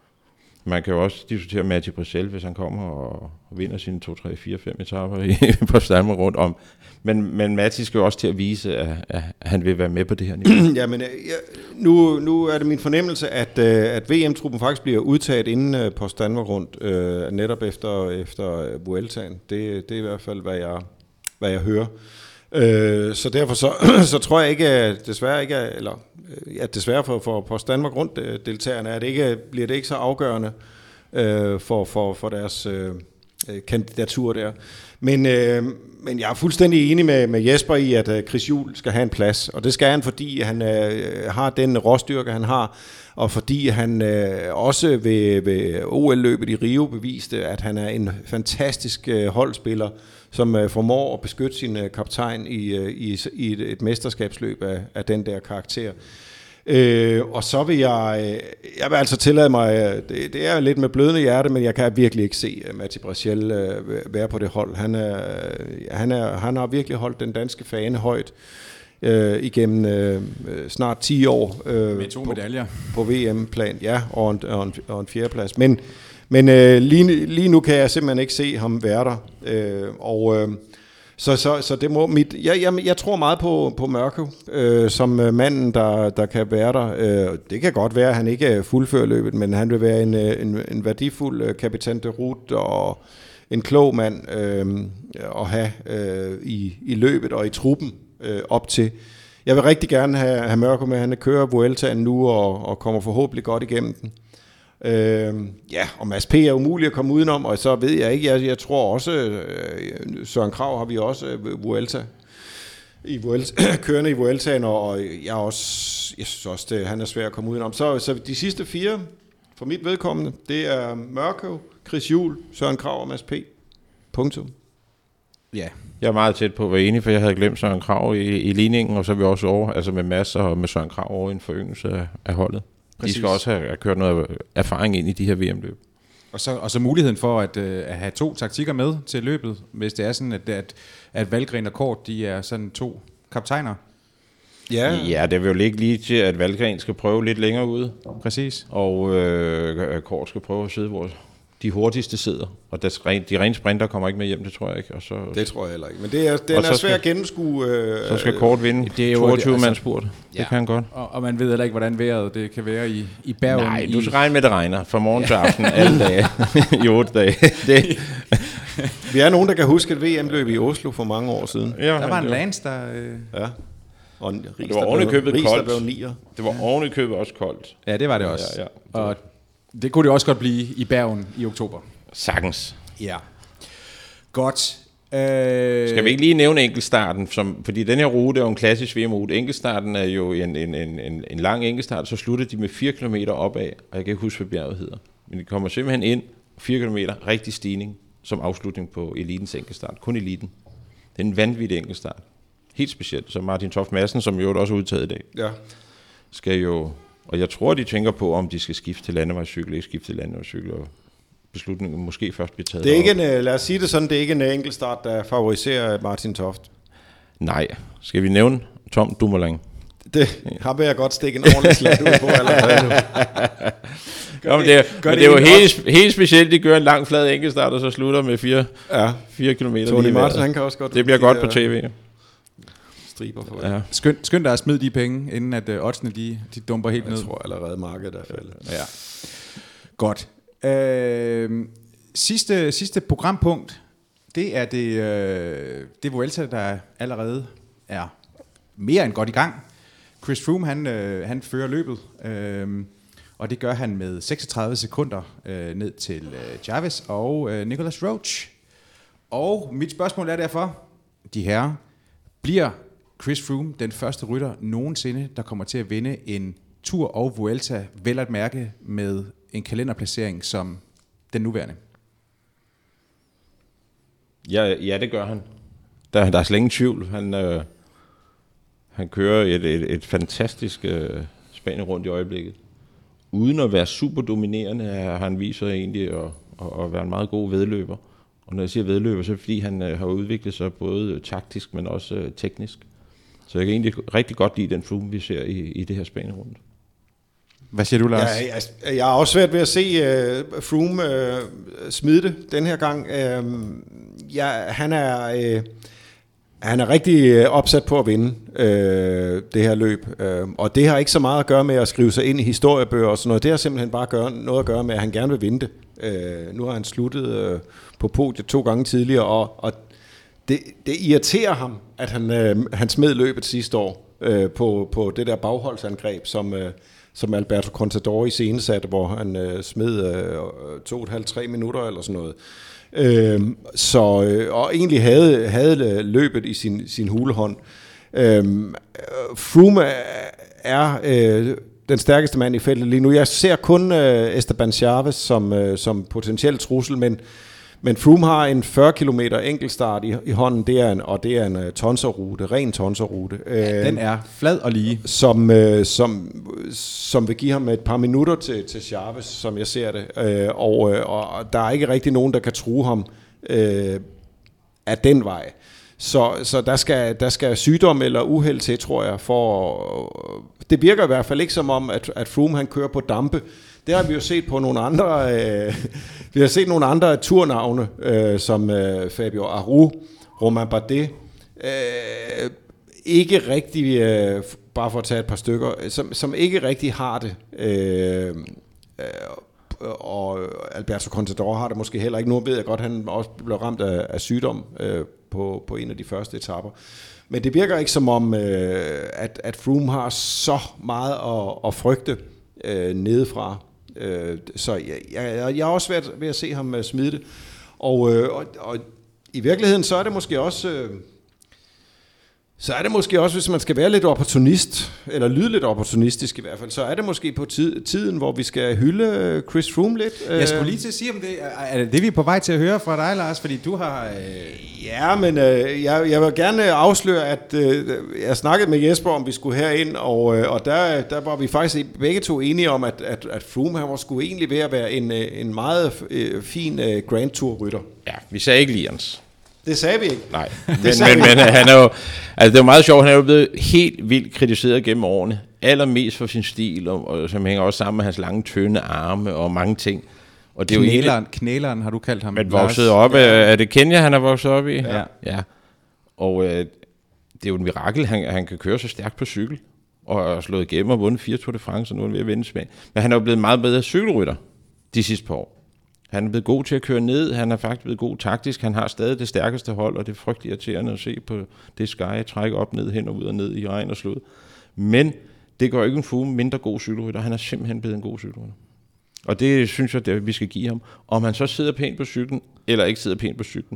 Man kan jo også diskutere Matti Brissell, hvis han kommer og vinder sine to, tre, fire, fem etaper i, på Danmark rundt om. Men, men Matti skal jo også til at vise, at, at han vil være med på det her niveau. Ja, men ja, nu, nu er det min fornemmelse, at, at V M-truppen faktisk bliver udtaget inden på Danmark rundt, øh, netop efter, efter Vueltaen. Det, det er i hvert fald, hvad jeg, hvad jeg hører. Øh, så derfor så, så tror jeg ikke, at desværre ikke, eller at desværre for, for Post Danmark rundt deltagerne, at det ikke, bliver det ikke så afgørende øh, for, for, for deres øh, kandidatur der. Men, øh, men jeg er fuldstændig enig med, med Jesper i, at øh, Chris Juhl skal have en plads, og det skal han, fordi han øh, har den råstyrke, han har, og fordi han øh, også ved, ved O L-løbet i Rio beviste, at han er en fantastisk øh, holdspiller, som øh, formår at beskytte sin øh, kaptajn i, øh, i, i et, et mesterskabsløb af, af den der karakter. Øh, og så vil jeg, øh, jeg vil altså tillade mig, øh, det, det er lidt med blødende hjerte, men jeg kan virkelig ikke se uh, Matti Brissell øh, være på det hold. Han, er, han, er, han har virkelig holdt den danske fane højt øh, igennem øh, snart ti år. Øh, med to på, medaljer. På V M-plan, ja, og en, og en, og en fjerdeplads. Men, men øh, lige, lige nu kan jeg simpelthen ikke se ham være der. Øh, og... Øh, Så, så, så det må mit, jeg, jeg, jeg tror meget på, på Mørke, øh, som øh, manden, der, der kan være der. Øh, det kan godt være, at han ikke fuldfører løbet, men han vil være en, en, en værdifuld øh, kapitan de route og en klog mand øh, at have øh, i, i løbet og i truppen øh, op til. Jeg vil rigtig gerne have, have Mørke med. Han kører Vueltaen nu og, og kommer forhåbentlig godt igennem den. Øh, ja, og Mads P. er umulig at komme udenom, og så ved jeg ikke, jeg, jeg tror også, øh, Søren Krag har vi også øh, Vuelta, i Vuelta, kørende i Vueltaen, og, og jeg, også, jeg synes også, det, han er svær at komme udenom. Så, så de sidste fire, for mit vedkommende, det er Mørkøv, Chris Juhl, Søren Krag og Mads P. Punktum. Ja. Jeg er meget tæt på at være enig, for jeg havde glemt Søren Krag i, i ligningen, og så er vi også over, altså med Mads og med Søren Krag over en forøgelse af, af holdet. Præcis. De skal også have kørt noget erfaring ind i de her V M-løb. Og så, og så muligheden for at, øh, at have to taktikker med til løbet, hvis det er sådan, at, at, at Valgren og Kort, de er sådan to kaptajner. Ja, ja, det vil jo ligge lige til, at Valgren skal prøve lidt længere ude. Præcis. Og øh, Kort skal prøve at sidde, hvor de hurtigste sidder. Og des, de rene sprinter kommer ikke med hjem, det tror jeg ikke. Og så, det tror jeg heller ikke. Men det er, den er svær at gennemskue. Øh, så skal Kort vinde toogtyve mand spurt. Det ja. Kan han godt. Og, og man ved heller ikke, hvordan vejret det kan være i, i Bergen. Nej, du skal regne med, det regner fra morgen til aften alle dage i otte dage. Det. Vi er nogen, der kan huske et V M-løb i Oslo for mange år siden. Ja, der var en Lance, der... Øh... Ja. Og Ries, det var ovenikøbet koldt. Der det var ovenikøbet også koldt. Ja, det var det også. Ja, ja. Og det kunne det også godt blive i Bergen i oktober. Sagtens. Ja. Godt. Øh, Skal vi ikke lige nævne enkeltstarten? Som, fordi den her rute er jo en klassisk V M-rute. Enkeltstarten er jo en, en, en, en, en lang enkeltstart, så slutter de med fire kilometer opad, og jeg kan ikke huske, hvad bjerget hedder. Men de kommer simpelthen ind, fire kilometer, rigtig stigning, som afslutning på elitens enkeltstart. Kun eliten. Det er en vanvittig enkeltstart. Helt specielt. Så Martin Toft Madsen, som jo også er udtaget i dag, ja. skal jo... Og jeg tror, de tænker på, om de skal skifte til landevejscykel, ikke skifte til landevejscykel, og beslutningen måske først bliver taget. Det er ikke en, lad os sige det sådan, det er ikke en enkeltstart, der favoriserer Martin Toft. Nej. Skal vi nævne Tom Dumoulin? Det har jeg godt stikke en ordentlig slat ud på allerede nu. Gør det, det, er, gør det, det er jo helt, helt specielt, de gør en lang flad enkeltstart, og så slutter med fire, ja. fire kilometer. Tony Martin, han kan også godt. Det bliver godt på tv. Striber for ja. Skynd, skynd dig at smide de penge, inden at uh, oddsene de, de dumper helt jeg ned. Jeg tror allerede markedet er faldet. Ja. Godt. Øh, sidste, sidste programpunkt, det er det, øh, det Vuelta, der allerede er mere end godt i gang. Chris Froome, han, øh, han fører løbet, øh, og det gør han med seksogtredive sekunder øh, ned til øh, Chavez og øh, Nicolas Roach. Og mit spørgsmål er derfor, de herrer, bliver Chris Froome den første rytter nogensinde, der kommer til at vinde en Tour og Vuelta, vel at mærke med en kalenderplacering som den nuværende? Ja, ja, det gør han. Der, der er slet ingen tvivl. Han, øh, han kører et, et, et fantastisk øh, Spanien rundt i øjeblikket. Uden at være super dominerende, har han viser egentlig at, at, at være en meget god vedløber. Og når jeg siger vedløber, så er det fordi, han øh, har udviklet sig både taktisk, men også øh, teknisk. Så jeg kan egentlig rigtig godt lide den Froome, vi ser i, i det her Spanien rundt. Hvad siger du, Lars? Ja, jeg, jeg er også svært ved at se uh, Froome uh, smide det den her gang. Uh, ja, han er uh, han er rigtig opsat på at vinde uh, det her løb, uh, og det har ikke så meget at gøre med at skrive sig ind i historiebøger og sådan noget. Det har simpelthen bare gøre, noget at gøre med, at han gerne vil vinde det. Uh, nu har han sluttet uh, på podiet to gange tidligere, og, og det, det irriterer ham, at han, uh, han smed løbet sidste år uh, på, på det der bagholdsangreb, som... Uh, som Alberto Contador iscenesatte, hvor han øh, smed øh, to og et halvt, tre minutter eller sådan noget. Øh, så, øh, og egentlig havde, havde løbet i sin, sin hulehånd. Øh, Froome er øh, den stærkeste mand i feltet lige nu. Jeg ser kun øh, Esteban Chavez som, øh, som potentiel trussel, men Men Froome har en fyrre kilometer enkeltstart i, i hånden, det er en, og det er en uh, tonserrute, ren tonserrute. Ja, den er flad og lige. Som, uh, som, som vil give ham et par minutter til, til Chavez, som jeg ser det. Uh, og, uh, og der er ikke rigtig nogen, der kan true ham uh, af den vej. Så, så der, skal, der skal sygdom eller uheld til, tror jeg. For, uh, det virker i hvert fald ikke som om, at, at Froome han kører på dampe. Det har vi jo set på nogle andre, øh, vi har set nogle andre turnavne, øh, som øh, Fabio Aru, Romain Bardet, øh, ikke rigtig, øh, bare for at tage et par stykker, som, som ikke rigtig har det. Øh, øh, og Alberto Contador har det måske heller ikke. Nu ved jeg godt, at han også blev ramt af, af sygdom øh, på, på en af de første etapper. Men det virker ikke som om, øh, at, at Froome har så meget at, at frygte øh, nedefra. Øh, så jeg, jeg, jeg er også svært ved at se ham uh, smide det. Og, øh, og, og i virkeligheden, så er det måske også... Øh, Så er det måske også, hvis man skal være lidt opportunist, eller lyde lidt opportunistisk i hvert fald, så er det måske på tid, tiden, hvor vi skal hylde Chris Froome lidt. Jeg skulle lige til at sige om det. Er det det, vi er på vej til at høre fra dig, Lars? Fordi du har... Øh... Ja, men øh, jeg, jeg vil gerne afsløre, at øh, jeg snakkede med Jesper, om vi skulle herind, og, øh, og der, der var vi faktisk begge to enige om, at, at, at Froome han var sgu egentlig ved at være en, en meget øh, fin øh, Grand Tour-rytter. Ja, vi sagde ikke Lians. Det sagde vi ikke. Nej, men, men, men han er jo, altså det er jo meget sjovt, han er jo blevet helt vildt kritiseret gennem årene, allermest for sin stil, og, og som hænger også sammen med hans lange, tynde arme og mange ting. Og det er knæleren, jo hele, knæleren har du kaldt ham. Men vokset op, ja. Er det Kenya, han er vokset op i? Ja. Ja. Og øh, det er jo en mirakel, han, han kan køre så stærkt på cykel, og har slået igennem og vundet fire Tour de France, og nu er han ved at vinde Spanien. Men han er jo blevet meget bedre cykelrytter de sidste par år. Han er blevet god til at køre ned, han er faktisk blevet god taktisk, han har stadig det stærkeste hold, og det er frygtelig irriterende at se på det Sky trække op, ned, hen og ud og ned i regn og slud. Men det gør ikke en Froome mindre god cykelrytter, han er simpelthen blevet en god cykelrytter. Og det synes jeg, det vi skal give ham. Om han så sidder pænt på cyklen, eller ikke sidder pænt på cyklen,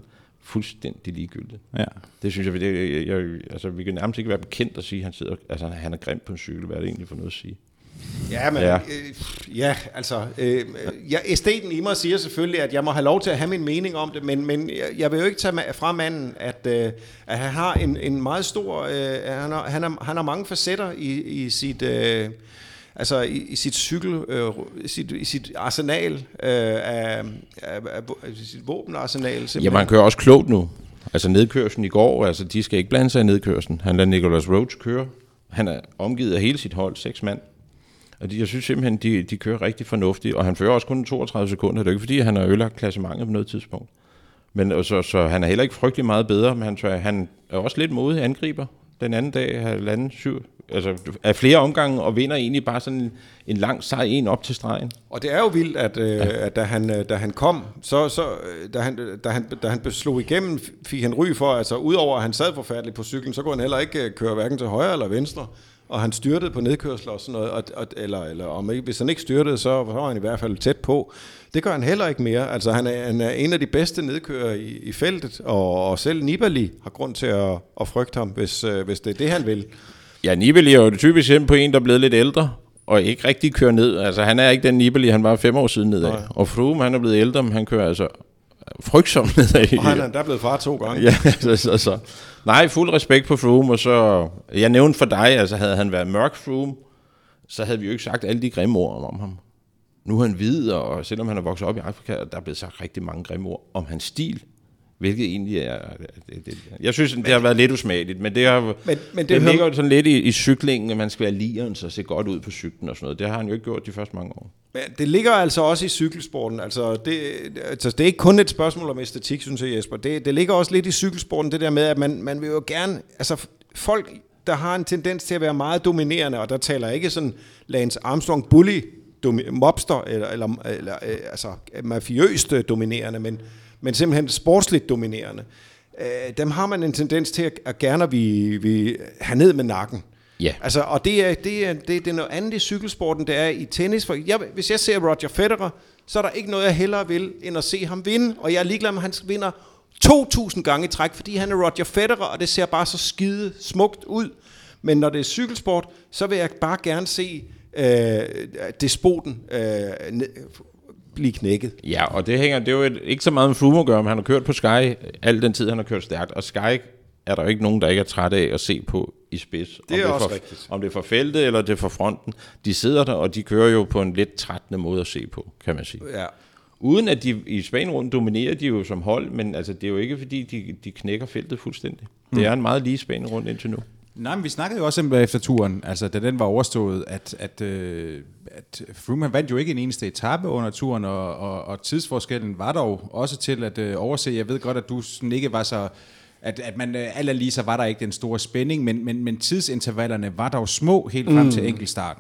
fuldstændig ligegyldigt. Ja. Det synes jeg, det, jeg, altså, vi kan nærmest ikke være bekendt at sige, at han, sidder, altså, han er grim på en cykel. Hvad er det egentlig for noget at sige? Ja, men Ja. øh, ja, altså, øh, ja, æsteten i mig siger selvfølgelig, at jeg må have lov til at have min mening om det, men, men jeg, jeg vil jo ikke tage fra manden, at, øh, at han har en, en meget stor, øh, han, har, han, har, han har mange facetter i, i sit, øh, altså i, i sit cykel, øh, sit, i sit arsenal, øh, af, af, af, af sit våbenarsenal. Simpelthen. Ja, man kører også klogt nu. Altså nedkørslen i går, altså de skal ikke blande sig i nedkørslen. Han lader Nicholas Roach køre. Han er omgivet af hele sit hold, seks mand. Og de, jeg synes simpelthen, de, de kører rigtig fornuftigt, og han fører også kun toogtredive sekunder. Det er ikke fordi, han har ødelagt klassementet på noget tidspunkt. Men og så, så han er heller ikke frygtelig meget bedre, men han, tør, han er også lidt modig angriber. Den anden dag har landet syv, altså af flere omgange, og vinder egentlig bare sådan en, en lang sej en op til stregen. Og det er jo vildt, at, øh, ja. at da, han, da han kom, så, så da, han, da, han, da han slog igennem, fik han ry for, altså udover at han sad forfærdeligt på cyklen, så kunne han heller ikke køre hverken til højre eller venstre. Og han styrtede på nedkørsler og sådan noget, og, og, eller, eller om ikke, hvis han ikke styrtede, så var han i hvert fald tæt på. Det gør han heller ikke mere. Altså han er, han er en af de bedste nedkører i, i feltet, og, og selv Nibali har grund til at, at frygte ham, hvis, øh, hvis det er det, han vil. Ja, Nibali er jo det typisk på en, der er blevet lidt ældre, og ikke rigtig kører ned. Altså han er ikke den Nibali, han var fem år siden nedad. Nej. Og Froome, han er blevet ældre, men han kører altså frygtsomt nedad. Og han er der blevet far to gange. Ja, så, så, så. Nej, fuld respekt på Froome, og så, jeg nævnte for dig, altså havde han været mørk Froome, så havde vi jo ikke sagt alle de grimme ord om ham. Nu er han hvid, og selvom han er vokset op i Afrika, der er blevet sagt rigtig mange grimme ord om hans stil, hvilket egentlig er... Det, det, jeg synes, men, det har været lidt usmageligt, men det, har, men, men det, det ligger jo sådan lidt i, i cyklingen, at man skal være ligerens og se godt ud på cyklen og sådan noget. Det har han jo ikke gjort de første mange år. Men det ligger altså også i cykelsporten. Altså det, altså det er ikke kun et spørgsmål om æstetik, synes jeg, Jesper. Det, det ligger også lidt i cykelsporten, det der med, at man, man vil jo gerne... Altså folk, der har en tendens til at være meget dominerende, og der taler ikke sådan Lance Armstrong bully, domi- mobster, eller, eller, eller altså mafiøst dominerende, men... men simpelthen sportsligt dominerende, øh, dem har man en tendens til at, at gerne vi, vi have ned med nakken. Ja. Altså, og det er, det, er, det, det er noget andet i cykelsporten, det er i tennis. For jeg, hvis jeg ser Roger Federer, så er der ikke noget, jeg hellere vil, end at se ham vinde, og jeg er ligeglad med, at han vinder to tusind gange i træk, fordi han er Roger Federer, og det ser bare så skide smukt ud. Men når det er cykelsport, så vil jeg bare gerne se øh, despoten øh, ned, blive knækket. Ja, og det hænger det er jo et, ikke så meget med Froome at gøre, men han har kørt på Sky al den tid, han har kørt stærkt, og Sky er der jo ikke nogen, der ikke er træt af at se på i spids. Det er, om det også for, rigtigt. Om det er for feltet, eller det er for fronten. De sidder der, og de kører jo på en lidt trættende måde at se på, kan man sige. Ja. Uden at de i Spanien rundt dominerer de jo som hold, men altså, det er jo ikke, fordi de, de knækker feltet fuldstændig. Mm. Det er en meget lige Spanien rundt indtil nu. Nej, men vi snakkede jo også om efter turen, altså da den var overstået, at, at, øh, at Froome vandt jo ikke en eneste etape under turen, og, og, og tidsforskellen var dog også til at øh, overse. Jeg ved godt, at du sådan ikke var så... At, at man øh, alt lige så var der ikke den store spænding, men, men, men tidsintervallerne var dog små helt frem mm. til enkeltstarten.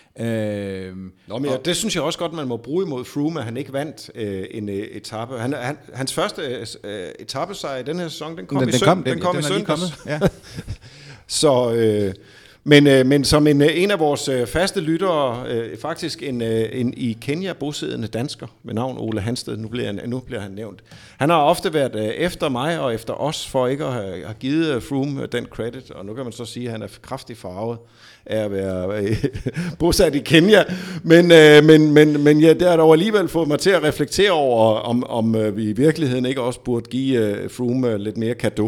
Øh, Nå, men ja, det synes jeg også godt, man må bruge imod Froome, at han ikke vandt øh, en øh, etape. Han, han, hans første øh, etappesejr i den her sæson, den kom den, i, den søn, kom, den, den, kom den i søndags. Ja. Så, øh, men, øh, men som en, en af vores øh, faste lyttere, øh, faktisk en, øh, en i Kenya bosiddende dansker med navn Ole Hansted, nu bliver, han, nu bliver han nævnt. Han har ofte været øh, efter mig og efter os, for ikke at have, have givet Froome øh, den credit, og nu kan man så sige, at han er kraftigt farvet af at være øh, bosat i Kenya. Men, øh, men, men, men ja, det har dog alligevel fået mig til at reflektere over, om, om øh, vi i virkeligheden ikke også burde give øh, Froome øh, lidt mere cadeau.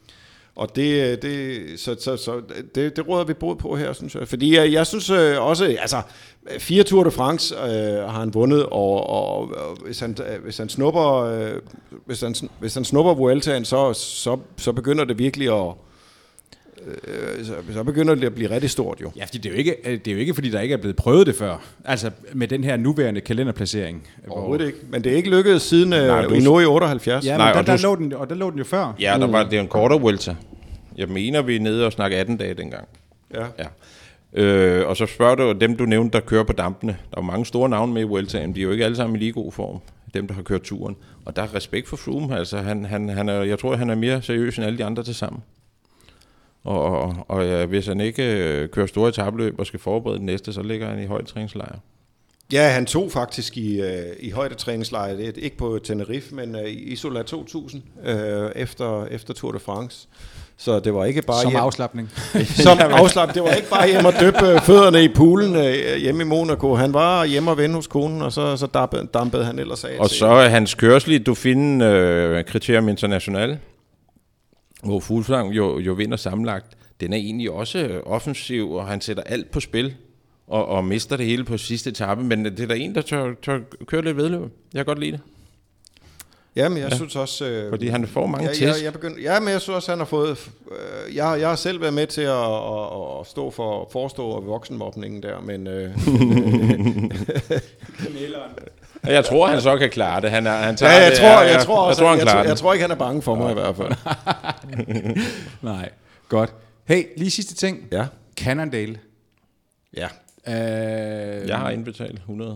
Og det, det, så, så, så det, det råder vi både på her, synes jeg. Fordi jeg, jeg synes øh, også, altså fire Tour de France øh, har han vundet, og, og, og hvis, han, hvis han snupper, øh, hvis han, hvis han snupper Vueltaen, så, så, så begynder det virkelig at, øh, så, så begynder det at blive rigtig stort jo. Ja, fordi det er jo ikke, det er jo ikke fordi der ikke er blevet prøvet det før. Altså med den her nuværende kalenderplacering. Overhovedet ikke. Men det er ikke lykkedes siden Nej, øh, vi nåede i otteoghalvfjerds. Ja, Nej, men og der, der, du- lå den, og der lå den jo før. Ja, der var, det er en kortere Vuelta. Jeg mener, vi er nede og snakke atten dage dengang. Ja. Ja. Øh, og så spørger du dem, du nævnte, der kører på dampene. Der er jo mange store navne med i Vueltaen. De er jo ikke alle sammen i lige god form. Dem, der har kørt turen. Og der er respekt for Froome. Altså, han, han, han er, jeg tror, han er mere seriøs end alle de andre til sammen. Og, og, og ja, hvis han ikke øh, kører store etapløb og skal forberede den næste, så ligger han i højt træningslejr. Ja, han tog faktisk i, øh, i højdetræningslejret, ikke på Tenerife, men øh, i Isola to tusind, øh, efter, efter Tour de France. Så det var ikke bare som hjem, afslapning. som afslapning. Det var ikke bare hjemme og døbe fødderne i poolen øh, hjemme i Monaco. Han var hjemme og vende hos konen, og så, så dampede, dampede han ellers af. Og så er hans kørsel i Dauphiné øh, Criterium International, hvor Fuglsang jo, jo vinder sammenlagt. Den er egentlig også offensiv, og han sætter alt på spil. Og, og mister det hele på sidste etape, men det er der en, der tør, tør køre lidt vedløb. Jeg kan godt lide det. Jamen, jeg ja. synes også... Øh, Fordi han får mange jeg, tæsk. Jeg, jeg begyndte, ja, men jeg synes også, han har fået... Øh, jeg, jeg har selv været med til at, at, at stå for forestå voksenmobningen der, men... Øh, jeg tror, han så kan klare det. Han er, han tager ja, jeg det, tror, jeg, jeg, tror også, jeg, tror, han jeg, klarer jeg, det. jeg tror ikke, han er bange for mig i hvert fald. Nej, godt. Hey, lige sidste ting. Ja. Cannondale. Ja. Øh, Jeg har indbetalt hundrede.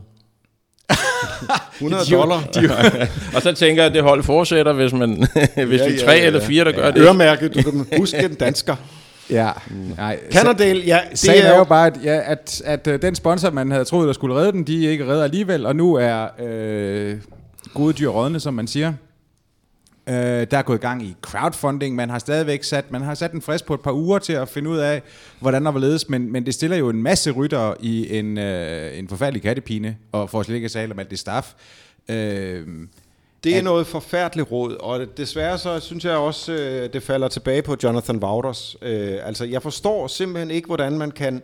hundrede dollar. Og så tænker jeg, at det hold fortsætter, hvis, man, hvis ja, vi er tre ja, ja, eller fire, der ja. gør det. Øremærket, du kan huske den dansker. Ja. Nej. Cannondale, ja. Det sagen er jo bare, at, ja, at, at, at den sponsor, man havde troet, der skulle redde den, de er ikke redder alligevel, og nu er øh, gode dyr rådne, som man siger. Øh, der er gået i gang i crowdfunding. Man har stadigvæk sat, man har sat en frist på et par uger til at finde ud af, hvordan der var ledes, men, men det stiller jo en masse ryttere i en, øh, en forfærdelig kattepine, og for at slet ikke tale om alt det staff. Øh, det er at, noget forfærdeligt råd, og desværre så synes jeg også, øh, det falder tilbage på Jonathan Wouters. Øh, altså, jeg forstår simpelthen ikke, hvordan man kan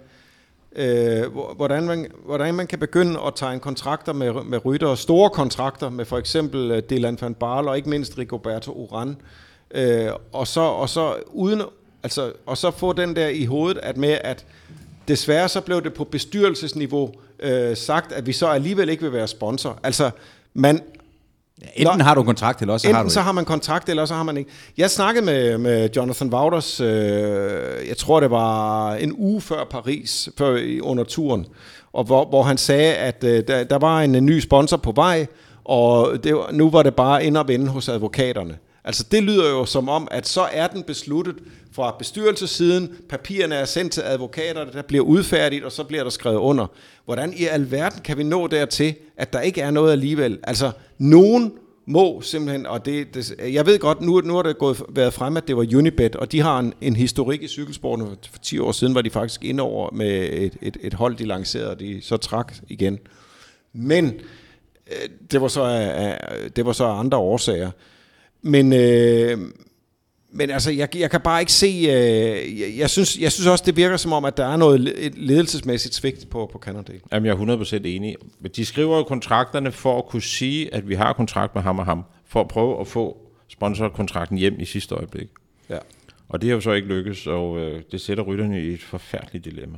Øh, hvordan, man, hvordan man kan begynde at tegne kontrakter med, med ryttere, store kontrakter med for eksempel uh, Dylan van Baarle og ikke mindst Rigoberto Urán, øh, og så og så uden altså og så få den der i hovedet at med at desværre så blev det på bestyrelsesniveau øh, sagt, at vi så alligevel ikke vil være sponsor. Altså man enten har du en kontrakt, eller også enten har du så har man kontrakt, eller så har man ikke. Jeg snakkede med, med Jonathan Wouters, øh, jeg tror det var en uge før Paris, før under turen, og hvor, hvor han sagde, at øh, der, der var en, en ny sponsor på vej, og det, nu var det bare ind og vende hos advokaterne. Altså det lyder jo som om, at så er den besluttet fra bestyrelsessiden, papirerne er sendt til advokaterne, der bliver udfærdigt, og så bliver der skrevet under. Hvordan i alverden kan vi nå dertil, at der ikke er noget alligevel? Altså, nogen må simpelthen, og det, det jeg ved godt, nu, nu har det gået, været frem, at det var Unibet, og de har en, en historik i cykelsporten. For ti år siden var de faktisk inde over med et, et, et hold, de lancerede, og de så trak igen. Men øh, det var så af, det var så af andre årsager. Men, øh, men altså, jeg, jeg kan bare ikke se, øh, jeg, jeg, synes, jeg synes også, det virker som om, at der er noget et ledelsesmæssigt svigt på, på Cannondale. Jamen, jeg er hundrede procent enig. De skriver jo kontrakterne for at kunne sige, at vi har kontrakt med ham og ham, for at prøve at få sponsorkontrakten hjem i sidste øjeblik. Ja. Og det har jo så ikke lykkes, og øh, det sætter rytterne i et forfærdeligt dilemma.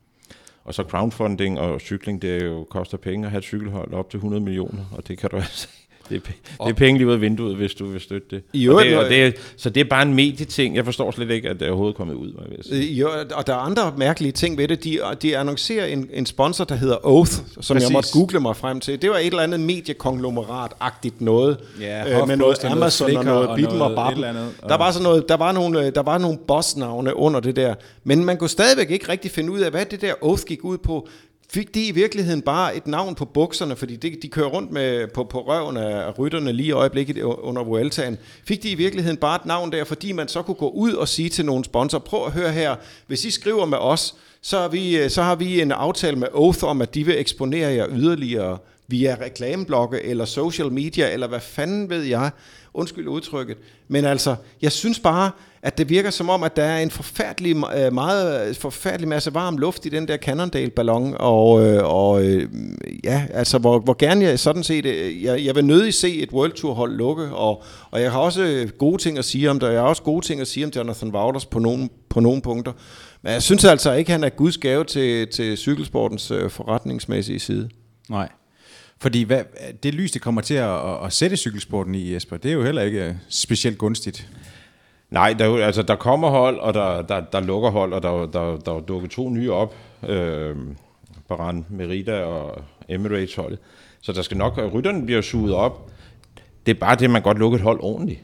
Og så crowdfunding og cykling, det jo koster penge at have et cykelhold op til hundrede millioner, og det kan du altså Det er, det er penge lige ud af vinduet, hvis du vil støtte det. I og øvrigt, det, og det er, så det er bare en medieting. Jeg forstår slet ikke, at det er overhovedet kommet ud. I øvrigt, og der er andre mærkelige ting ved det. De, de annoncerer en, en sponsor, der hedder Oath, som Præcis. jeg måtte google mig frem til. Det var et eller andet mediekonglomerat-agtigt noget. Ja, øh, med noget Amazon og noget Bitten og Bappen. Der var sådan noget, der var nogle, der var nogle bossnavne under det der. Men man kunne stadigvæk ikke rigtig finde ud af, hvad det der Oath gik ud på. Fik de i virkeligheden bare et navn på bukserne, fordi de, de kører rundt med, på, på røven af rytterne lige i øjeblikket under Vueltaen. Fik de i virkeligheden bare et navn der, fordi man så kunne gå ud og sige til nogle sponsorer, prøv at høre her, hvis I skriver med os, så har vi, så har vi en aftale med Oath om, at de vil eksponere jer yderligere via reklameblokke eller social media, eller hvad fanden ved jeg, undskyld udtrykket. Men altså, jeg synes bare, at det virker som om, at der er en forfærdelig, meget forfærdelig masse varm luft i den der Cannondale-ballon, og, og ja, altså, hvor, hvor gerne jeg sådan set, jeg, jeg vil nødig se et World Tour-hold lukke, og, og jeg har også gode ting at sige om det, og jeg har også gode ting at sige om Jonathan Wouters på nogle, på nogle punkter. Men jeg synes altså ikke, han er Guds gave til, til cykelsportens forretningsmæssige side. Nej. Fordi hvad, det lys, det kommer til at, at sætte cykelsporten i, Jesper, det er jo heller ikke specielt gunstigt. Nej, der, altså, der kommer hold, og der, der, der lukker hold, og der, der, der er dukket to nye op. Øh, Bahrain Merida og Emirates-holdet. Så der skal nok, rytterne bliver suget op. Det er bare det, man godt lukker et hold ordentligt.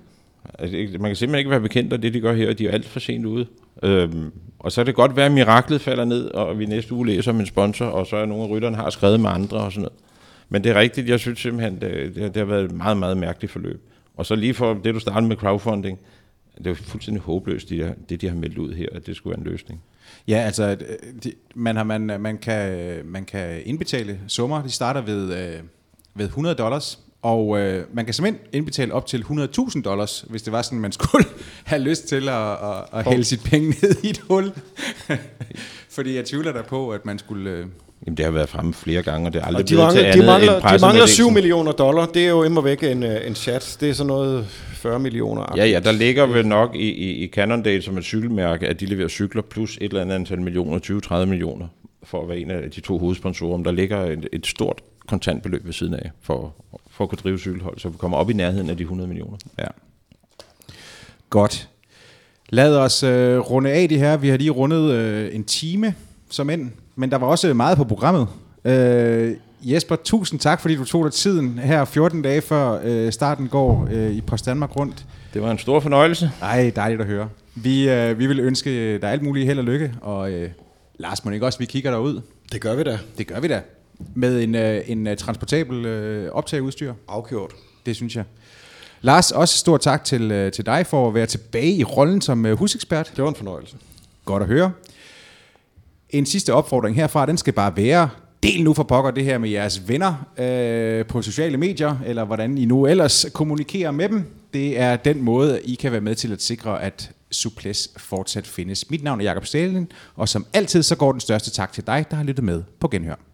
Altså, man kan simpelthen ikke være bekendt af det, de gør her, og de er alt for sent ude. Øhm, og så er det godt være, at miraklet falder ned, og vi næste uge læser om en sponsor, og så er nogle af rytterne har skrevet med andre og sådan noget. Men det er rigtigt, jeg synes simpelthen, det, det, det har været et meget, meget mærkeligt forløb. Og så lige for det, du startede med crowdfunding, det er fuldstændig håbløst, det, det de har meldt ud her, at det skulle være en løsning. Ja, altså, de, man, har, man, man, kan, man kan indbetale summer, de starter ved, øh, ved hundrede dollars, og øh, man kan simpelthen indbetale op til hundrede tusind dollars, hvis det var sådan, man skulle have lyst til at, at, at hælde sit penge ned i et hul. Fordi jeg tvivler der på, at man skulle... Øh, Jamen, det har været fremme flere gange, og det er aldrig og de blevet mangler, til andet de mangler, end de mangler syv millioner dollar. Det er jo immer væk en, en chat. Det er sådan noget fyrre millioner. Ja, ja, der ligger vel nok i, i, i Cannondale som et cykelmærke, at de leverer cykler plus et eller andet antal millioner, tyve til tredive millioner, for at være en af de to hovedsponsorer. Men der ligger et, et stort kontantbeløb ved siden af, for, for at kunne drive cykelhold, så vi kommer op i nærheden af de hundrede millioner. Ja. Godt. Lad os øh, runde af det her. Vi har lige rundet øh, en time som end, men der var også meget på programmet. Øh, Jesper, tusind tak, fordi du tog dig tiden her fjorten dage før øh, starten går øh, i Post Danmark rundt. Det var en stor fornøjelse. Ej, dejligt at høre. Vi, øh, vi vil ønske dig alt muligt held og lykke, og øh, Lars, må ikke også, vi kigger derud? Det gør vi da. Det gør vi da. Med en, øh, en uh, transportabel øh, optageudstyr. Afgjort. Det synes jeg. Lars, også stor tak til, øh, til dig for at være tilbage i rollen som øh, husekspert. Det var en fornøjelse. Godt at høre. En sidste opfordring herfra, den skal bare være, del nu for pokker det her med jeres venner øh, på sociale medier, eller hvordan I nu ellers kommunikerer med dem. Det er den måde, I kan være med til at sikre, at Suples fortsat findes. Mit navn er Jakob Stalin, og som altid så går den største tak til dig, der har lyttet med på Genhør.